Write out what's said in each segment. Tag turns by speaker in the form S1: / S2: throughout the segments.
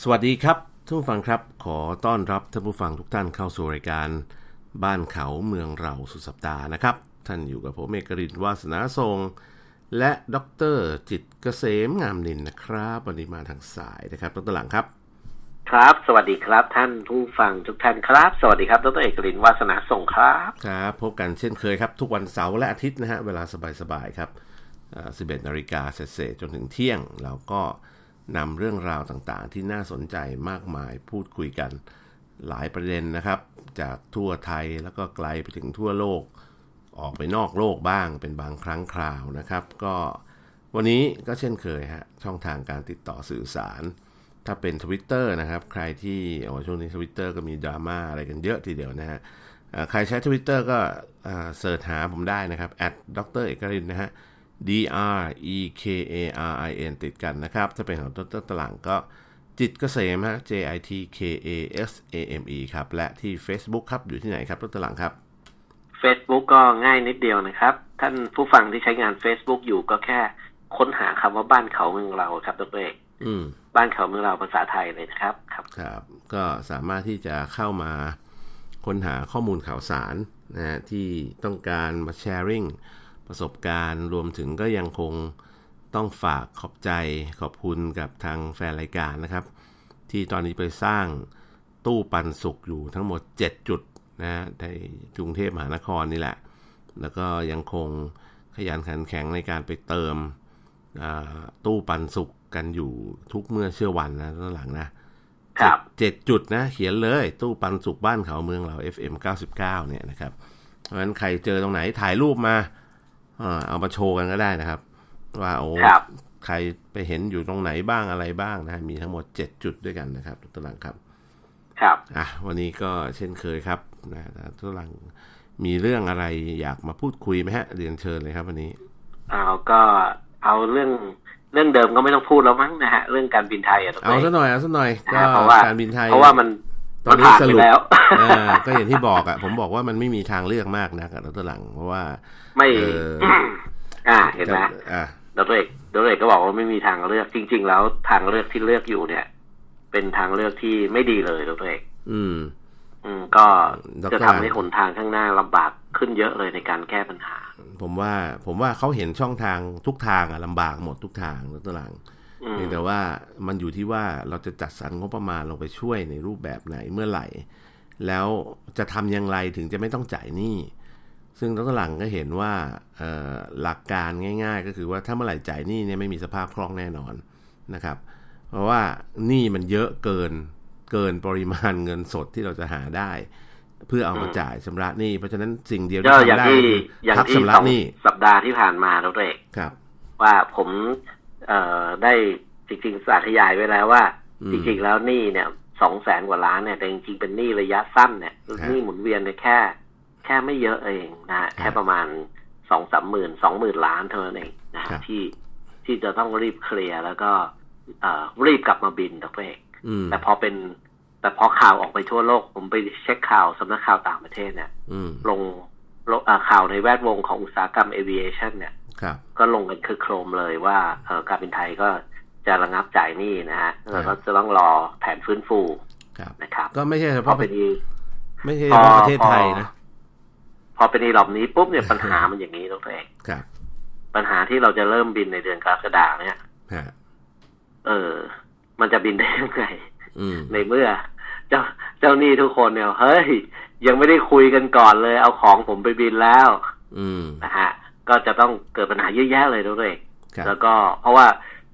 S1: สวัสดีครับท่านผู้ฟังครับขอต้อนรับท่านผู้ฟังทุกท่านเข้าสู่รายการบ้านเขาเมืองเราสุดสัปดาห์นะครับท่านอยู่กับผมเอกรินทร์วาสนาทรงและดร.จิตรเกษมงามนินนะครับวันนี้มาทางสายนะครับดร.หลังครับ
S2: ครับสวัสดีครับท่านผู้ฟังทุกท่านครับสวัสดีครับดร.เอกรินทร์วาสนาทรงครับ
S1: ครับพบกันเช่นเคยครับทุกวันเสาร์และอาทิตย์นะฮะเวลาสบายๆครับ11 นาฬิกาเศษจนถึงเที่ยงแล้วก็นำเรื่องราวต่างๆที่น่าสนใจมากมายพูดคุยกันหลายประเด็นนะครับจากทั่วไทยแล้วก็ไกลไปถึงทั่วโลกออกไปนอกโลกบ้างเป็นบางครั้งคราวนะครับก็วันนี้ก็เช่นเคยฮะช่องทางการติดต่อสื่อสารถ้าเป็น Twitter นะครับใครที่ช่วงนี้ Twitter ก็มีดราม่าอะไรกันเยอะทีเดียวนะฮะใครใช้ Twitter ก็เสิร์ชหาผมได้นะครับ @dr. เอกรินทร์นะฮะDREKARIN ติดกันนะครับถ้าเป็นของดร.ตลังก็จิตรเกษมฮะ JITKASAME ครับและที่ Facebook ครับอยู่ที่ไหนครับดร.ตลังครับ
S2: Facebook ก็ง่ายนิดเดียวนะครับท่านผู้ฟังที่ใช้งาน Facebook อยู่ก็แค่ค้นหาคำว่าบ้านเขาเมืองเราครับดร.เอกบ้านเขาเมืองเราภาษาไทยเลยนะครับ
S1: ครับก็สามารถที่จะเข้ามาค้นหาข้อมูลข่าวสารนะฮะที่ต้องการมาแชร์ริ่งประสบการณ์รวมถึงก็ยังคงต้องฝากขอบใจขอบคุณกับทางแฟนรายการนะครับที่ตอนนี้ไปสร้างตู้ปันสุขอยู่ทั้งหมด7จุดนะในกรุงเทพมหานครนี่แหละแล้วก็ยังคงขยันขันแข็งในการไปเติมตู้ปันสุขกันอยู่ทุกเมื่อเชื่อวันนะตอนหลังนะครับ7จุดนะเขียนเลยตู้ปันสุขบ้านเขาเมืองเรา FM 99เนี่ยนะครับเพราะฉะนั้นใครเจอตรงไหนถ่ายรูปมาเอามาโชว์กันก็ได้นะครับว่าใครไปเห็นอยู่ตรงไหนบ้างอะไรบ้างนะมีทั้งหมด7จุดด้วยกันนะครับทุกท่านครับ
S2: ครับ
S1: วันนี้ก็เช่นเคยครับนะทุกท่านมีเรื่องอะไรอยากมาพูดคุยไหมฮะเรียนเชิญเลยครับวันนี้
S2: ก็เอาเรื่องเดิมก็ไม่ต้องพูดแล้วมั้งนะฮะเรื่องการบินไทย
S1: เอาซะหน่อยก็การบินไทย
S2: เพราะว่ามัน
S1: ตอนนี้สรุปแล้วก็อย่างที่บอกผมบอกว่ามันไม่มีทางเลือกมากนะกับดร.หลังเพราะว่า
S2: ไม่เห็นไหมดร.เอกก็บอกว่าไม่มีทางเลือกจริงๆแล้วทางเลือกที่เลือกอยู่เนี่ยเป็นทางเลือกที่ไม่ดีเลยดร.เอกก็จะทำให้หนทางข้างหน้าลำบากขึ้นเยอะเลยในการแก้ปัญหา
S1: ผมว่าเขาเห็นช่องทางทุกทางลำบากหมดทุกทางดร.หลังแต่ว่ามันอยู่ที่ว่าเราจะจัดสรรงบประมาณลงไปช่วยในรูปแบบไหนเมื่อไหร่แล้วจะทำอย่างไรถึงจะไม่ต้องจ่ายหนี้ซึ่งดร.หลังก็เห็นว่าหลักการง่ายๆก็คือว่าถ้าเมื่อไหร่จ่ายหนี้เนี่ยไม่มีสภาพคล่องแน่นอนนะครับเพราะว่าหนี้มันเยอะเกินปริมาณเงินสดที่เราจะหาได้เพื่อเอามาจ่ายชำระหนี้เพราะฉะนั้นสิ่งเดียวที่ทำได้คือพักชำระหนี้
S2: สัปดาห์ที่ผ่านมาดร.เอก
S1: ครับ
S2: ว่าผมได้จริงๆสาธยายไว้แล้วว่าจริงๆแล้วหนี้เนี่ย 200,000 กว่าล้านเนี่ยแต่จริงๆเป็นหนี้ระยะสั้นเนี่ยหนี้หมุนเวียนเนี่ยแค่ไม่เยอะเองนะแค่ประมาณ 2-3 หมื่น 20,000 ล้านเท่านั้นเองนะที่จะต้องรีบเคลียร์แล้วก็รีบกลับมาบินดร.เอกแต่พอข่าวออกไปทั่วโลกผมไปเช็คข่าวสำนักข่าวต่างประเทศเนี่ยลงข่าวในแวดวงของอุตสาหกรรม aviation เนี่ยก็ลงกันคือโครมเลยว่าการบินไทยก็จะระงับจ่ายหนี้นะฮะแล้วก็จะต้องรอแผนฟื้นฟูนะครับ
S1: ก็ไม่ใช่เฉพาะไม่ใช่เฉพาะประเทศไทยนะ
S2: พอเป็นอีหลอบนี้ปุ๊บเนี่ยปัญหามันอย่างนี้ตัวเองปัญหาที่เราจะเริ่มบินในเดือนกรกฎาคมเนี่ยมันจะบินได้ยังไงในเมื่อเจ้าหนี้ทุกคนเนี่ยเฮ้ยยังไม่ได้คุยกันก่อนเลยเอาของผมไปบินแล้วนะฮะก็จะต้องเกิดปัญหาเยอะแยะเลยด้วยแล้วก็เพราะว่า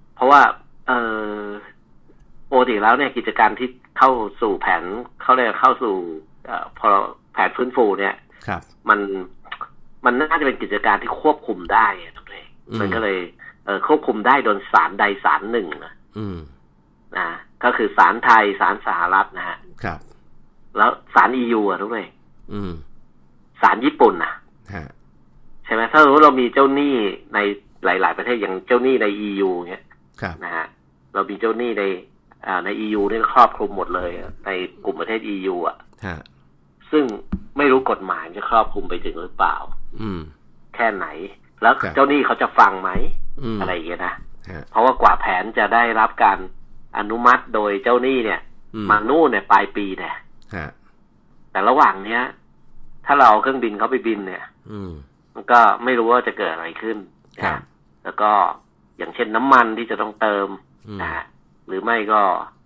S2: ปกติแล้วเนี่ยกิจการที่เข้าสู่แผนเขาเรียกเข้าสู่พอแผนฟื้นฟูเนี่ยมันน่าจะเป็นกิจการที่ควบคุมได้ด้วยมันก็เลยควบคุมได้โดยศาลใดศาลหนึ่งนะก็คือศาลไทยศาลสหรัฐนะฮะแล้วศาล EU ด้วยศาลญี่ปุ่นนะใช่ไหมถ้าเรามีเจ้าหนี้ในหลายๆประเทศอย่างเจ้าหนี้ใน EU เงี้ยนะฮะเรามีเจ้าหนี้ใน EU นี่ครอบคลุมหมดเลยในกลุ่มประเทศ EU ซึ่งไม่รู้กฎหมายจะครอบคลุมไปถึงหรือเปล่าแค่ไหนแล้วเจ้าหนี้เขาจะฟังไหมอะไรอย่างเงี้ยนะเพราะว่ากว่าแผนจะได้รับการอนุมัติโดยเจ้าหนี้เนี่ยมานู่นเนี่ยปลายปีเนี่ยแต่ระหว่างเนี้ยถ้าเราเอาเครื่องบินเขาไปบินเนี่ยมันก็ไม่รู้ว่าจะเกิดอะไรขึ้นนะแล้วก็อย่างเช่นน้ำมันที่จะต้องเติมนะฮะหรือไม่ก็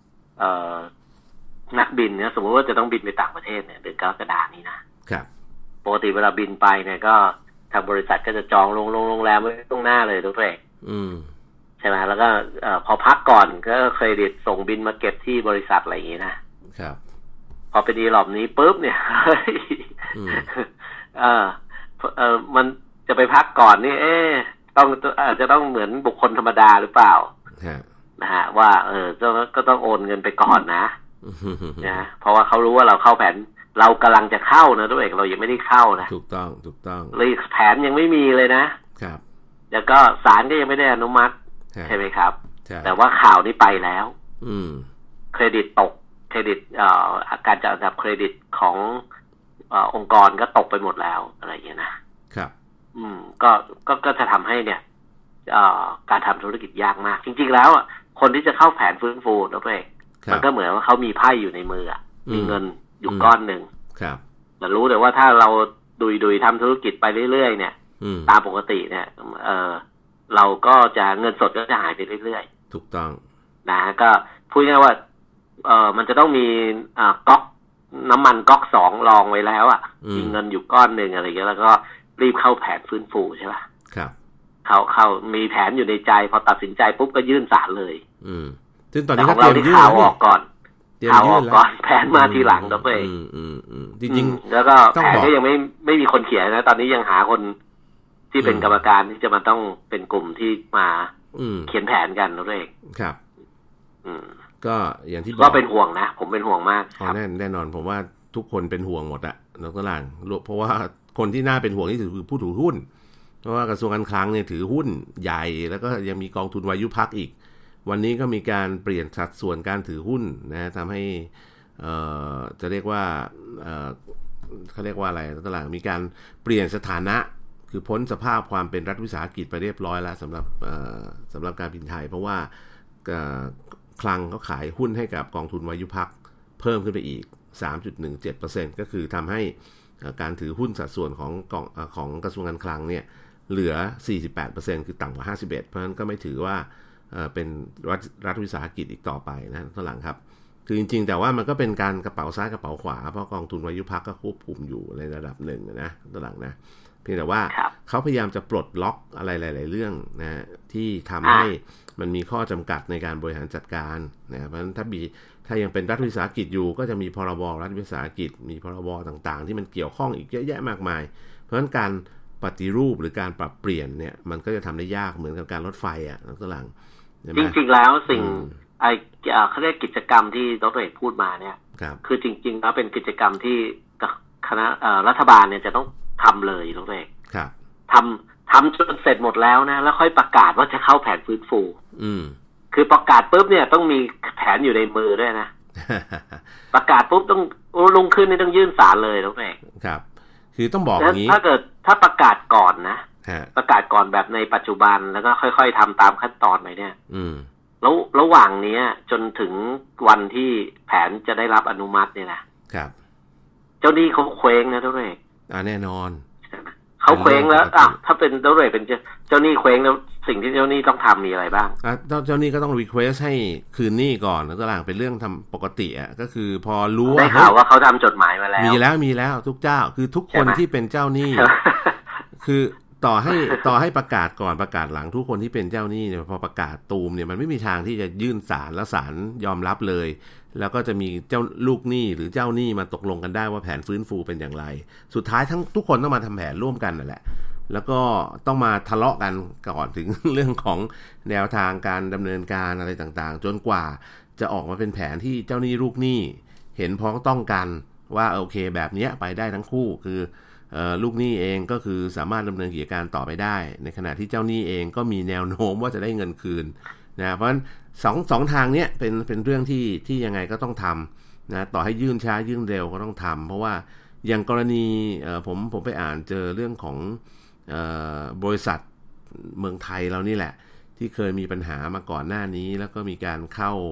S2: นักบินเนี่ยสมมติว่าจะต้องบินไปต่างประเทศเนี่ยเดือนกรกฎาคมนี้นะครับปกติเวลาบินไปเนี่ยก็ทางบริษัทก็จะจองโรงแรมไว้ตรงหน้าเลยทุกท่านใช่ไหมแล้วก็พอพักก่อนก็เครดิตส่งบินมาเก็บที่บริษัทอะไรอย่างนี้นะครับพอเป็นอีหลอบนี้ปุ๊บเนี่ยมันจะไปพักก่อนนี่ต้องอาจจะต้องเหมือนบุคคลธรรมดาหรือเปล่านะฮะว่าก็ต้องโอนเงินไปก่อนนะเพราะว่าเขารู้ว่าเราเข้าแผนเรากำลังจะเข้านะด้วยเรายังไม่ได้เข้านะ
S1: ถูกต้อง
S2: เลยแผนยังไม่มีเลยนะครับแล้วก็ศาลก็ยังไม่ได้อนุมัติใช่ไหมครับแต่ว่าข่าวนี้ไปแล้วเครดิตตกเครดิตการจัดอันดับเครดิตขององค์กรก็ตกไปหมดแล้วอะไรอย่างเงี้ยนะครับก็จะทำให้เนี่ยการทำธุรกิจยากมากจริงๆแล้วคนที่จะเข้าแผนฟื้นฟูนะเพื่อนมันก็เหมือนว่าเขามีไพ่อยู่ในมือมีเงินอยู่ก้อนหนึ่งแต่รู้แต่ว่าถ้าเราดุยทำธุรกิจไปเรื่อยๆเนี่ยตามปกติเนี่ยเราก็จะเงินสดก็จะหายไปเรื่อย
S1: ๆถูกต้อง
S2: นะก็พูดง่ายๆว่ามันจะต้องมีก๊อกน้ำมันก๊อก2รองไว้แล้วมีเงินอยู่ก้อนหนึ่งอะไรอย่างเงี้ยแล้วก็รีบเข้าแผนฟื้นฟูใช่ป่ะ
S1: ครับ
S2: เขามีแผนอยู่ในใจพอตัดสินใจปุ๊บก็ยื่นศาลเลย
S1: ซึ่งตอนนี้
S2: ของเราที่ข่าวออกก่อนแผนมาทีหลังตัวเอง
S1: จริง
S2: ๆแล้วก็แผนก็ยังไม่มีคนเขียนนะตอนนี้ยังหาคนที่เป็นกรรมการที่จะมาต้องเป็นกลุ่มที่มาเขียนแผนกันตัวเอง
S1: ครับก็อย่างที่บอก
S2: ก็เป็นห่วงนะผมเป็นห่วงมาก
S1: แน่นอนผมว่าทุกคนเป็นห่วงหมดอะนักตลาดเพราะว่าคนที่น่าเป็นห่วงที่สุดคือผู้ถือหุ้นเพราะว่ากระทรวงการคลังเนี่ยถือหุ้นใหญ่แล้วก็ยังมีกองทุนวายุพักอีกวันนี้ก็มีการเปลี่ยนสัดส่วนการถือหุ้นนะทำให้จะเรียกว่าเขาเรียกว่าอะไรตลาดมีการเปลี่ยนสถานะคือพ้นสภาพความเป็นรัฐวิสาหกิจไปเรียบร้อยแล้วสำหรับการบินไทยเพราะว่าคลังเขาขายหุ้นให้กับกองทุนวายุพักเพิ่มขึ้นไปอีก 3.17% ก็คือทำให้การถือหุ้นสัดส่วนของกระทรวงการคลังเนี่ยเหลือ 48% คือต่ำกว่า 51% เพราะฉะนั้นก็ไม่ถือว่าเป็นรัฐวิสาหกิจอีกต่อไปนะท่านหลังครับคือจริงๆแต่ว่ามันก็เป็นการกระเป๋าซ้ายกระเป๋าขวาเพราะกองทุนวายุพักก็ควบคุมอยู่ในระดับหนึ่งนะท่านหลังนะเพียงแต่ว่าเขาพยายามจะปลดล็อกอะไรหลายๆเรื่องนะที่ทำให้มันมีข้อจำกัดในการบริหารจัดการนะเพราะฉะนั้นถ้ายังเป็นรัฐวิสาหกิจอยู่ก็จะมีพรบรัฐวิสาหกิจมีพรบต่างๆที่มันเกี่ยวข้องอีกเยอะแยะมากมายเพราะฉะนั้นการปฏิรูปหรือการปรับเปลี่ยนเนี่ยมันก็จะทำได้ยากเหมือนกับการรถไฟนักตลาด
S2: จริงๆแล้วสิ่งเขาเรียกกิจกรรมที่ดร.เอกพูดมาเนี่ยคือจริงๆแล้วเป็นกิจกรรมที่คณะรัฐบาลเนี่ยจะต้องทำเลยดร.เอกทำจนเสร็จหมดแล้วนะแล้วค่อยประกาศว่าจะเข้าแผนฟื้นฟูคือประกาศปุ๊บเนี่ยต้องมีแผนอยู่ในมือด้วยนะ ประกาศปุ๊บต้องลงขึ้นนี่ต้องยื่นศาลเลยดร.เอก
S1: ครับคือต้องบอกอย่างนี้
S2: ถ้าประกาศก่อนนะประกาศก่อนแบบในปัจจุบันแล้วก็ค่อยๆทำตามขั้นตอนไปเนี่ยแล้วระหว่างนี้จนถึงวันที่แผนจะได้รับอนุมัติเนี่ยนะครับเจ้าหนี้เขาเคว้งนะทุกเรื่อง
S1: แน่นอน
S2: เขาเคว้งแล้วถ้าเป็นเจ้าหนี้เป็นเจ้าหนี้เคว้งแล้วสิ่งที่เจ้าหนี้ต้องทำมีอะไรบ้าง
S1: เจ้าหนี้ก็ต้องรีเควสให้คืนหนี้ก่อนแล้วก็หลังเป็นเรื่องทำปกติก็คือพอรู้
S2: ได้ข่าวว่าเขาทำจดหมายมาแล้ว
S1: มีแล้วทุกเจ้าคือทุกคนที่เป็นเจ้าหนี้คือต่อให้ประกาศก่อนประกาศหลังทุกคนที่เป็นเจ้าหนี้เนี่ยพอประกาศตูมเนี่ยมันไม่มีทางที่จะยื่นศาลแล้วศาลยอมรับเลยแล้วก็จะมีเจ้าลูกหนี้หรือเจ้าหนี้มาตกลงกันได้ว่าแผนฟื้นฟูเป็นอย่างไรสุดท้ายทุกคนต้องมาทำแผนร่วมกันนั่นแหละแล้วก็ต้องมาทะเลาะกันก่อนถึงเรื่องของแนวทางการดำเนินการอะไรต่างๆจนกว่าจะออกมาเป็นแผนที่เจ้าหนี้ลูกหนี้เห็นพ้องต้องกันว่าโอเคแบบนี้ไปได้ทั้งคู่คือลูกหนี้เองก็คือสามารถดำเนินกิจการต่อไปได้ในขณะที่เจ้าหนี้เองก็มีแนวโน้มว่าจะได้เงินคืนนะเพราะฉะนั้นสองทางเนี้ยเป็นเรื่องที่ยังไงก็ต้องทำนะต่อให้ยื่นช้ายื่นเร็วก็ต้องทำเพราะว่าอย่างกรณีผมไปอ่านเจอเรื่องของบริษัทเมืองไทยเรานี่แหละที่เคยมีปัญหามาก่อนหน้านี้แล้วก็มีการเข้า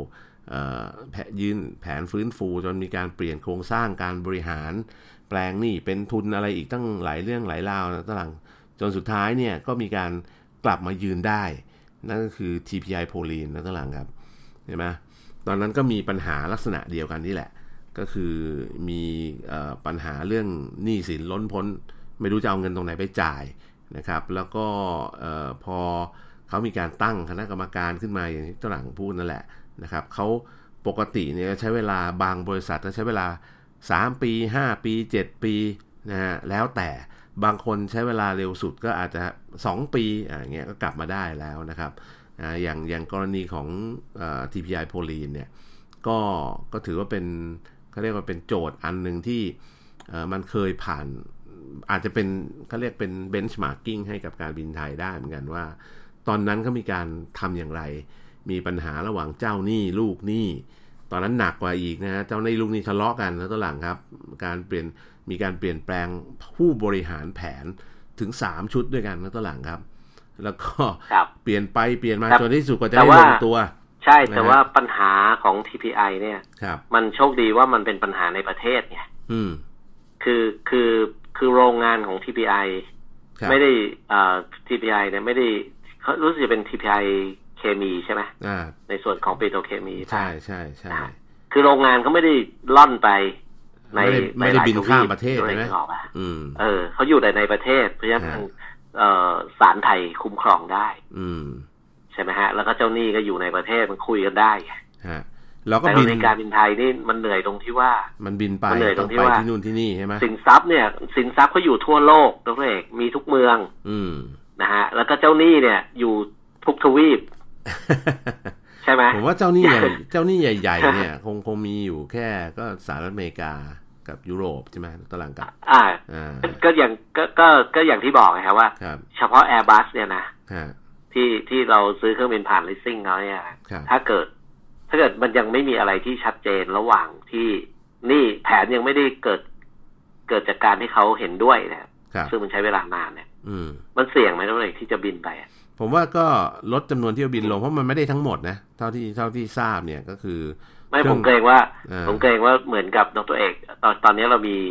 S1: ยื่นแผนฟื้นฟูจนมีการเปลี่ยนโครงสร้างการบริหารแปลงหนี้เป็นทุนอะไรอีกตั้งหลายเรื่องหลายราวนะตลังจนสุดท้ายเนี่ยก็มีการกลับมายืนได้นั่นก็คือ TPI โพลีนนะตลังครับเห็นไหมตอนนั้นก็มีปัญหาลักษณะเดียวกันนี่แหละก็คือมีปัญหาเรื่องหนี้สินล้นพ้นไม่รู้จะเอาเงินตรงไหนไปจ่ายนะครับแล้วก็พอเขามีการตั้งคณะกรรมการขึ้นมาอย่างที่ตลังพูดนั่นแหละนะครับเขาปกติเนี่ยใช้เวลาบางบริษัทใช้เวลา3 ปี5 ปี7 ปีนะฮะแล้วแต่บางคนใช้เวลาเร็วสุดก็อาจจะ2 ปีอย่างเงี้ยก็กลับมาได้แล้วนะครับอย่างกรณีของTPI โพลีนเนี่ยก็ถือว่าเป็นเขาเรียกว่าเป็นโจทย์อันหนึ่งที่มันเคยผ่านอาจจะเป็นเขาเรียกเป็นเบนช์มาร์กิ้งให้กับการบินไทยได้เหมือนกันว่าตอนนั้นเขามีการทำอย่างไรมีปัญหาระหว่างเจ้าหนี้ลูกหนี้ตอนนั้นหนักกว่าอีกนะฮะเจ้าหนี้ลูกหนี้ทะเลาะกันแล้วตอนหลังครับมีการเปลี่ยนแปลงผู้บริหารแผนถึง3 ชุดด้วยกันแล้วตอนหลังครับแล้วก็เปลี่ยนไปเปลี่ยนมาจนที่สุดก็จะได้ลงตัว
S2: ใช่แต่ว่าปัญหาของ TPI เนี่ยมันโชคดีว่ามันเป็นปัญหาในประเทศไงคือโรงงานของ TPI ไม่ได้TPI เนี่ยไม่ได้เขารู้สึกจะเป็น TPI เคมีใช่ไหมในส่วนของปิโตรเคมี
S1: ใช่ใช่ใช่
S2: คือโรงงานเขาไม่ได้ล่อนไป
S1: ไม่ได้บินข้ามประเทศใช่ไหม
S2: เขาอยู่ในประเทศเพราะฉะนั้นศาลไทยคุ้มครองได้ใช่ไหมฮะแล้วก็เจ้าหนี้ก็อยู่ในประเทศมันคุยกันได้
S1: แล้วก็
S2: บินในการบินไทยนี่มันเหนื่อยตรงที่ว่า
S1: มันบินไปต้องไปที่นู่นที่นี่ใช่ไหม
S2: สินทรัพย์เขาอยู่ทั่วโลกตัวเอกมีทุกเมืองนะฮะแล้วก็เจ้าหนี้เนี่ยอยู่ทุกทวีปใช่ไหม
S1: ผมว่าเจ้าหนี้ใหญ่ๆเนี่ยคงมีอยู่แค่ก็สหรัฐอเมริกากับยุโรปใช่ไหมตารางกับ
S2: ก็อย่างที่บอกนะครับว่าเฉพาะ Airbus เนี่ยนะที่เราซื้อเครื่องบินผ่าน leasing เขาเนี่ยถ้าเกิดมันยังไม่มีอะไรที่ชัดเจนระหว่างที่นี่แผนยังไม่ได้เกิดจากการที่เขาเห็นด้วยนะซึ่งมันใช้เวลานานเนี่ยมันเสี่ยงไหมทุกอย่างที่จะบินไป
S1: ผมว่าก็ลดจำนวนเที่ยวบินลงเพราะมันไม่ได้ทั้งหมดนะเท่าที่ทราบเนี่ยก็คือ
S2: ไม่ผมเกรงว่าเหมือนกับดร.เอกตอนนี้เรามี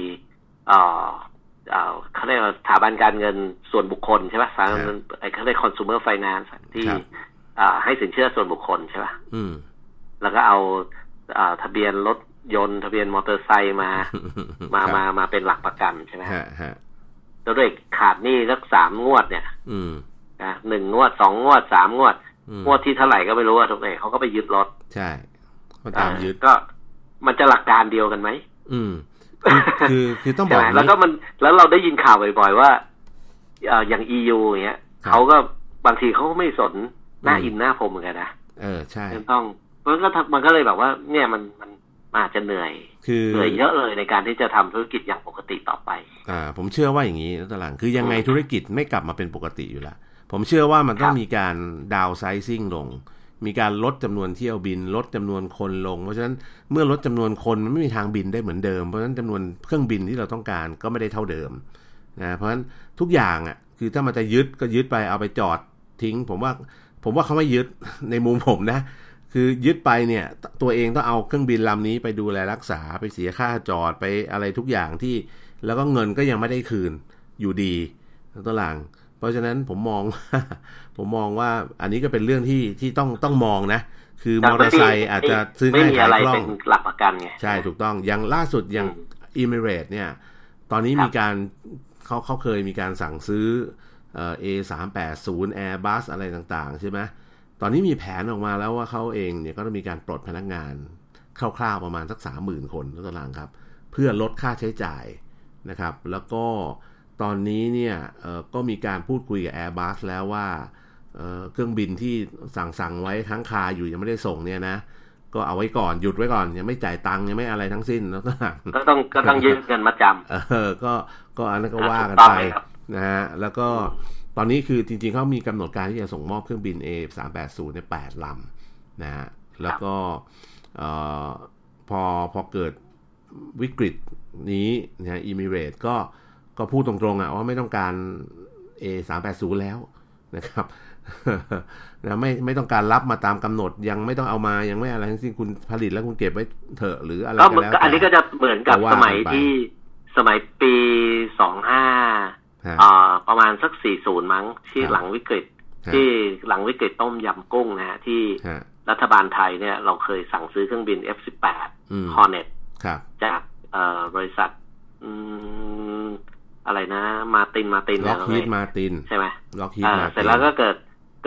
S2: เขาเรียกว่าสถาบันการเงินส่วนบุคคลใช่ป่ะเขาเรียก consumer finance ที่ให้สินเชื่อส่วนบุคคลใช่ป่ะแล้วก็เอาทะเบียนรถยนต์ทะเบียนมอเตอร์ไซค์มาเป็นหลักประกันใช่ไหมตัวเด็กขาดหนี้สัก3 งวดเนี่ย1 งวด 2 งวด 3 งวดงวดที่เท่าไหร่ก็ไม่รู้ทุกเด็กเขาก็ไปยึดรถ
S1: ใช่เขาตามยึด
S2: ก็มันจะหลักการเดียวกันไหม
S1: คือต้องบอก
S2: แล้วเราได้ยินข่าวบ่อยๆว่าอย่าง EU อย่างเงี้ยเขาก็บางทีเขาก็ไม่สนหน้าอินหน้าพรมเหมือนกันนะ
S1: ใช่
S2: ต้องมันก็เลยแบบว่าเนี่ยมันอาจจะเหนื่อยเยอะเลยในการที่จะทำธุรกิจอย่างปกติต่อไป
S1: ผมเชื่อว่าอย่างนี้ตลาดคือยังไงธุรกิจไม่กลับมาเป็นปกติอยู่แล้วผมเชื่อว่ามันต้องมีการดาวไซซิ่งลงมีการลดจำนวนเที่ยวบินลดจำนวนคนลงเพราะฉะนั้นเมื่อลดจำนวนคนมันไม่มีทางบินได้เหมือนเดิมเพราะฉะนั้นจำนวนเครื่องบินที่เราต้องการก็ไม่ได้เท่าเดิมนะเพราะฉะนั้นทุกอย่างคือถ้ามันจะยึดก็ยึดไปเอาไปจอดทิ้งผมว่าเขาไม่ยึดในมุมผมนะคือยึดไปเนี่ยตัวเองต้องเอาเครื่องบินลำนี้ไปดูแลรักษาไปเสียค่าจอดไปอะไรทุกอย่างที่แล้วก็เงินก็ยังไม่ได้คืนอยู่ดีตัวหลังเพราะฉะนั้นผมมองว่าอันนี้ก็เป็นเรื่องที่ต้องมองนะคือมอเตอร์ไซค์อาจจะซื้อง่ายขายคล่อง
S2: หลักประกันไง
S1: ใช่ถูกต้องอย่างล่าสุดอย่าง Emirates เนี่ยตอนนี้มีการเขาเคยมีการสั่งซื้อA380 Airbus อะไรต่างๆใช่ไหมตอนนี้มีแผนออกมาแล้วว่าเขาเองเนี่ยก็ต้องมีการปลดพนักงานคร่าวๆประมาณสัก 30,000 คนตัวหลังครับเพื่อลดค่าใช้จ่ายนะครับแล้วก็ตอนนี้เนี่ยก็มีการพูดคุยกับ Airbus แล้วว่าเครื่องบินที่สั่งไว้ค้างคาอยู่ยังไม่ได้ส่งเนี่ยนะก็เอาไว้ก่อนหยุดไว้ก่อนยังไม่จ่ายตังค์ยังไม่อะไรทั้งสิ้นแล้ว
S2: ก็ต้องยืมเงินมาจ
S1: ำก็อันนั้นก็ว่ากันไปนะฮะแล้วก็ตอนนี้คือจริงๆเขามีกำหนดการที่จะส่งมอบเครื่องบิน A380 เนี่ย8 ลำนะฮะแล้วก็พอเกิดวิกฤตนี้นะ Emirates ก็พูดตรงๆว่าไม่ต้องการ A380 แล้วนะครับนะไม่ต้องการรับมาตามกำหนดยังไม่ต้องเอามายังไม่อะไรทั้งสิ้นคุณผลิตแล้วคุณเก็บไว้เถอะหรืออะไรก็แล้วแต่
S2: อันนี้ก็จะเหมือนกับสมัยปี25ประมาณสัก40มั้งที่หลังวิกฤตต้มยำกุ้งนะฮะที่รัฐบาลไทยเนี่ยเราเคยสั่งซื้อเครื่องบิน F-18 Hornet จากบริษัทอะไรนะมาติน
S1: ล็อกฮีทมาติน
S2: ใช่ไหม
S1: ล็อกฮีทมาติน
S2: เสร็จแล้วก็เกิด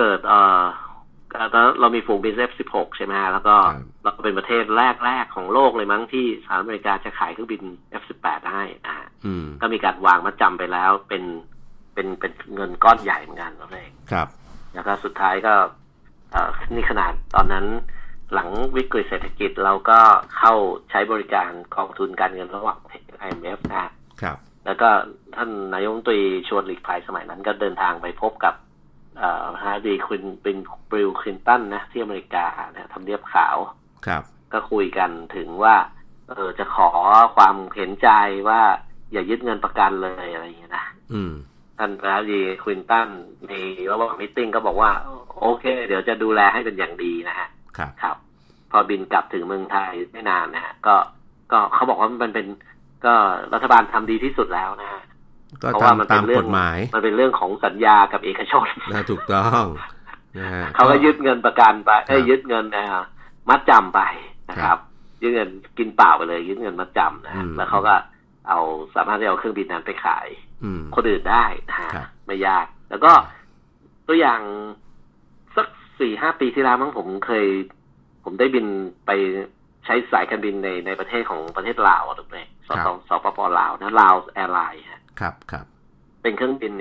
S2: เรามีฝูงบิน F-16 ใช่ไหมแล้วก็เราเป็นประเทศแรกของโลกเลยมั้งที่สหรัฐอเมริกาจะขายเครื่องบิน F-18 ให้ก็มีการวางมัดจำไปแล้วเป็นเงินก้อนใหญ่เหมือนกันเลย
S1: ครับ
S2: แล้วก็สุดท้ายก็นี่ขนาดตอนนั้นหลังวิกฤตเศรษฐกิจเราก็เข้าใช้บริการกองทุนการเงินระหว่าง IMF
S1: นะครับ
S2: แล้วก็ท่านนายกรัฐมนตรีชวนหลีกภัยสมัยนั้นก็เดินทางไปพบกับฮาร์ดีคุณเป็นบิลคลินตันนะที่อเมริกาเนี่ยทำเนียบขาว
S1: ครับ
S2: ก็คุยกันถึงว่าจะขอความเห็นใจว่าอย่ายึดเงินประกันเลยอะไรอย่างเงี้ยนะท่านฮาร์ดีคลินตันในระหว่างมีตติ้งก็บอกว่าโอเคเดี๋ยวจะดูแลให้เป็นอย่างดีนะฮะครับพอบินกลับถึงเมืองไทยไม่นานนะฮะก็เขาบอกว่ามันเป็นก็รัฐบาลทำดีที่สุดแล้วนะฮะ
S1: เพราะว่ามันเป็นเรื่อง
S2: มันเป็นเรื่องของสัญญากับเอกชน
S1: ถูกต้อง
S2: เขาก็ยึดเงินประกันไปยึดเงินมัดจำไปนะครับยึดเงินกินเปล่าไปเลยยึดเงินมัดจำนะแล้วเขาก็สามารถที่เอาเครื่องบินนั้นไปขายคนอื่นได้นะฮะไม่ยากแล้วก็ตัวอย่างสัก 4-5 ปีที่แล้วมั้งผมได้บินไปใช้สายการบินในประเทศของประเทศลาวถูกไหมสปป.ลาวนะลาวแอร์ไลน์
S1: ครับ
S2: เป็นเครื่องบิน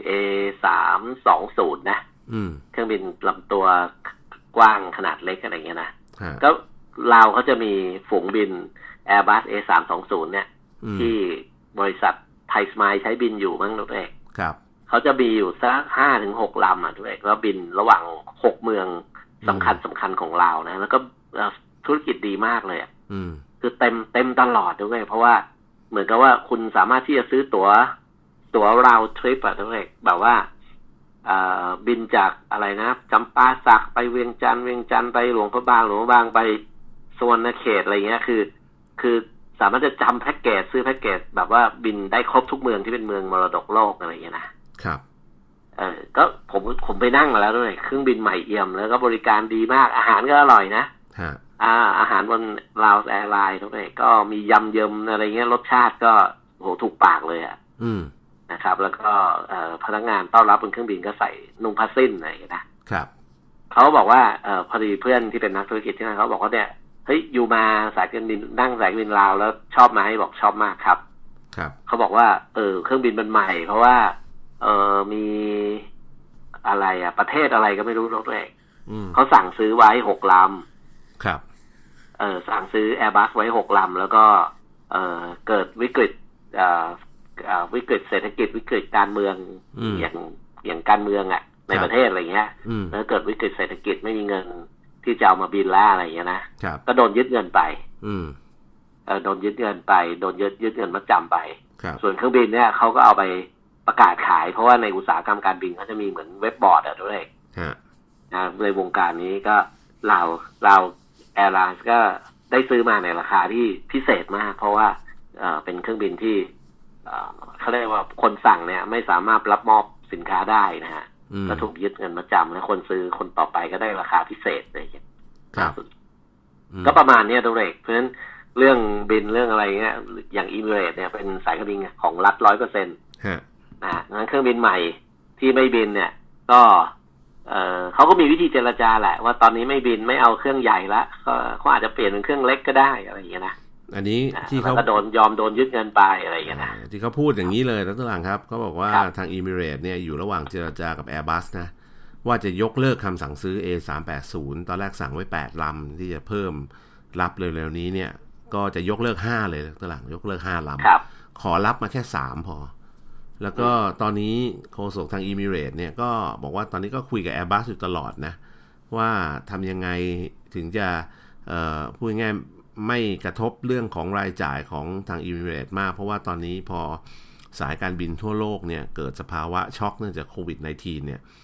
S2: A320 นะเครื่องบินลำตัวกว้างขนาดเล็กอะไรเงี้ยนะก็ลาวเขาจะมีฝูงบิน Airbus A320 เนี่ยที่บริษัทไทยสมายใช้บินอยู่มั้งทุกท่านเขาจะมีอยู่สัก 5-6 ลำทุกท่านแล้วบินระหว่าง6เมืองสำคัญของลาวนะแล้วก็ธุรกิจดีมากเลยคือเต็มตลอดด้วยเพราะว่าเหมือนกับว่าคุณสามารถที่จะซื้อตั๋วround trip อะทุกท่านแบบว่าบินจากอะไรนะจำปาสักไปเวียงจันทร์ไปหลวงพระบางไปสวรรณเขตอะไรเงี้ยคือสามารถจะจำแพ็กเกจซื้อแพ็กเกจแบบว่าบินได้ครบทุกเมืองที่เป็นเมืองมรดกโลกอะไรเงี้ยนะครับก็ผมไปนั่งมาแล้วด้วยเครื่องบินใหม่เอี่ยมแล้วก็บริการดีมากอาหารก็อร่อยนะอาหารบนลาวแอร์ไลน์ทุกท่านก็มียำเยิมอะไรเงี้ยรสชาติก็โหถูกปากเลยอ่ะนะครับแล้วก็พนักงานต้อนรับบนเครื่องบินก็ใส่นุ่งผ้าสิ้นอะไรอย่างเงี้ยนะครับเขาบอกว่าพอดีเพื่อนที่เป็นนักธุรกิจที่นั่นเขาบอกว่าเนี่ยเฮ้ยอยู่มาสายการบินนั่งสายการบินลาวแล้วชอบไหมบอกชอบมากครับเขาบอกว่าเครื่องบินมันใหม่เพราะว่ามีอะไรประเทศอะไรก็ไม่รู้ตัวเองเขาสั่งซื้อไว้6 ลำ
S1: ครับ
S2: สั่งซื้อ Airbus ไว้6 ลำแล้วก็เกิดวิกฤตเศรษฐกิจวิกฤตการเมืองอย่างการเมืองในประเทศอะไรเงี้ยแล้วเกิดวิกฤตเศรษฐกิจไม่มีเงินที่จะเอามาบินล่าอะไรเงี้ยนะก็โดนยึดเงินไปโดนยึดเงินมัดจำไปส่วนเครื่องบินเนี่ยเขาก็เอาไปประกาศขายเพราะว่าในอุตสาหกรรมการบินเขาจะมีเหมือนเว็บบอร์ดด้วยในวงการนี้ก็เราแอร์ไลน์ก็ได้ซื้อมาในราคาที่พิเศษมากเพราะว่าเป็นเครื่องบินที่เขาเรียกว่าคนสั่งเนี่ยไม่สามารถรับมอบสินค้าได้นะฮะก็ถูกยึดเงินมาจำและคนซื้อคนต่อไปก็ได้ราคาพิเศษเลยก็ประมาณนี้ตัวเลขเพราะฉะนั้นเรื่องบินเรื่องอะไรเงี้ยอย่างอิมิเรตเนี่ยเป็นสายการบินของรัฐ 100% งั้นเครื่องบินใหม่ที่ไม่บินเนี่ยก็เขาก็มีวิธีเจรจาแหละว่าตอนนี้ไม่บินไม่เอาเครื่องใหญ่ละเขาอาจจะเปลี่ยนเป็นเครื่องเล็กก็ได้อะไรอย่างเงี้ยนะ
S1: อันนี้ที่เขา
S2: โดนยึดเงินไปอะไรอย่างเงี้ยนะ
S1: ที่เขาพูดอย่างนี้เลยทั้งหลังครับเขาบอกว่าทาง Emirates เนี่ยอยู่ระหว่างเจรจากับ Airbus นะว่าจะยกเลิกคำสั่งซื้อ A380 ตอนแรกสั่งไว้8 ลำที่จะเพิ่มรับเร็วๆนี้เนี่ยก็จะยกเลิก5เลยทั้งหลังยกเลิก5 ลำขอรับมาแค่3พอแล้วก็ตอนนี้โฆษกทาง Emirates เนี่ยก็บอกว่าตอนนี้ก็คุยกับ Airbus อยู่ตลอดนะว่าทำยังไงถึงจะพูดง่ายไม่กระทบเรื่องของรายจ่ายของทาง Emirates มากเพราะว่าตอนนี้พอสายการบินทั่วโลกเนี่ยเกิดสภาวะช็อกเนื่องจากโควิด -19 เนี่ย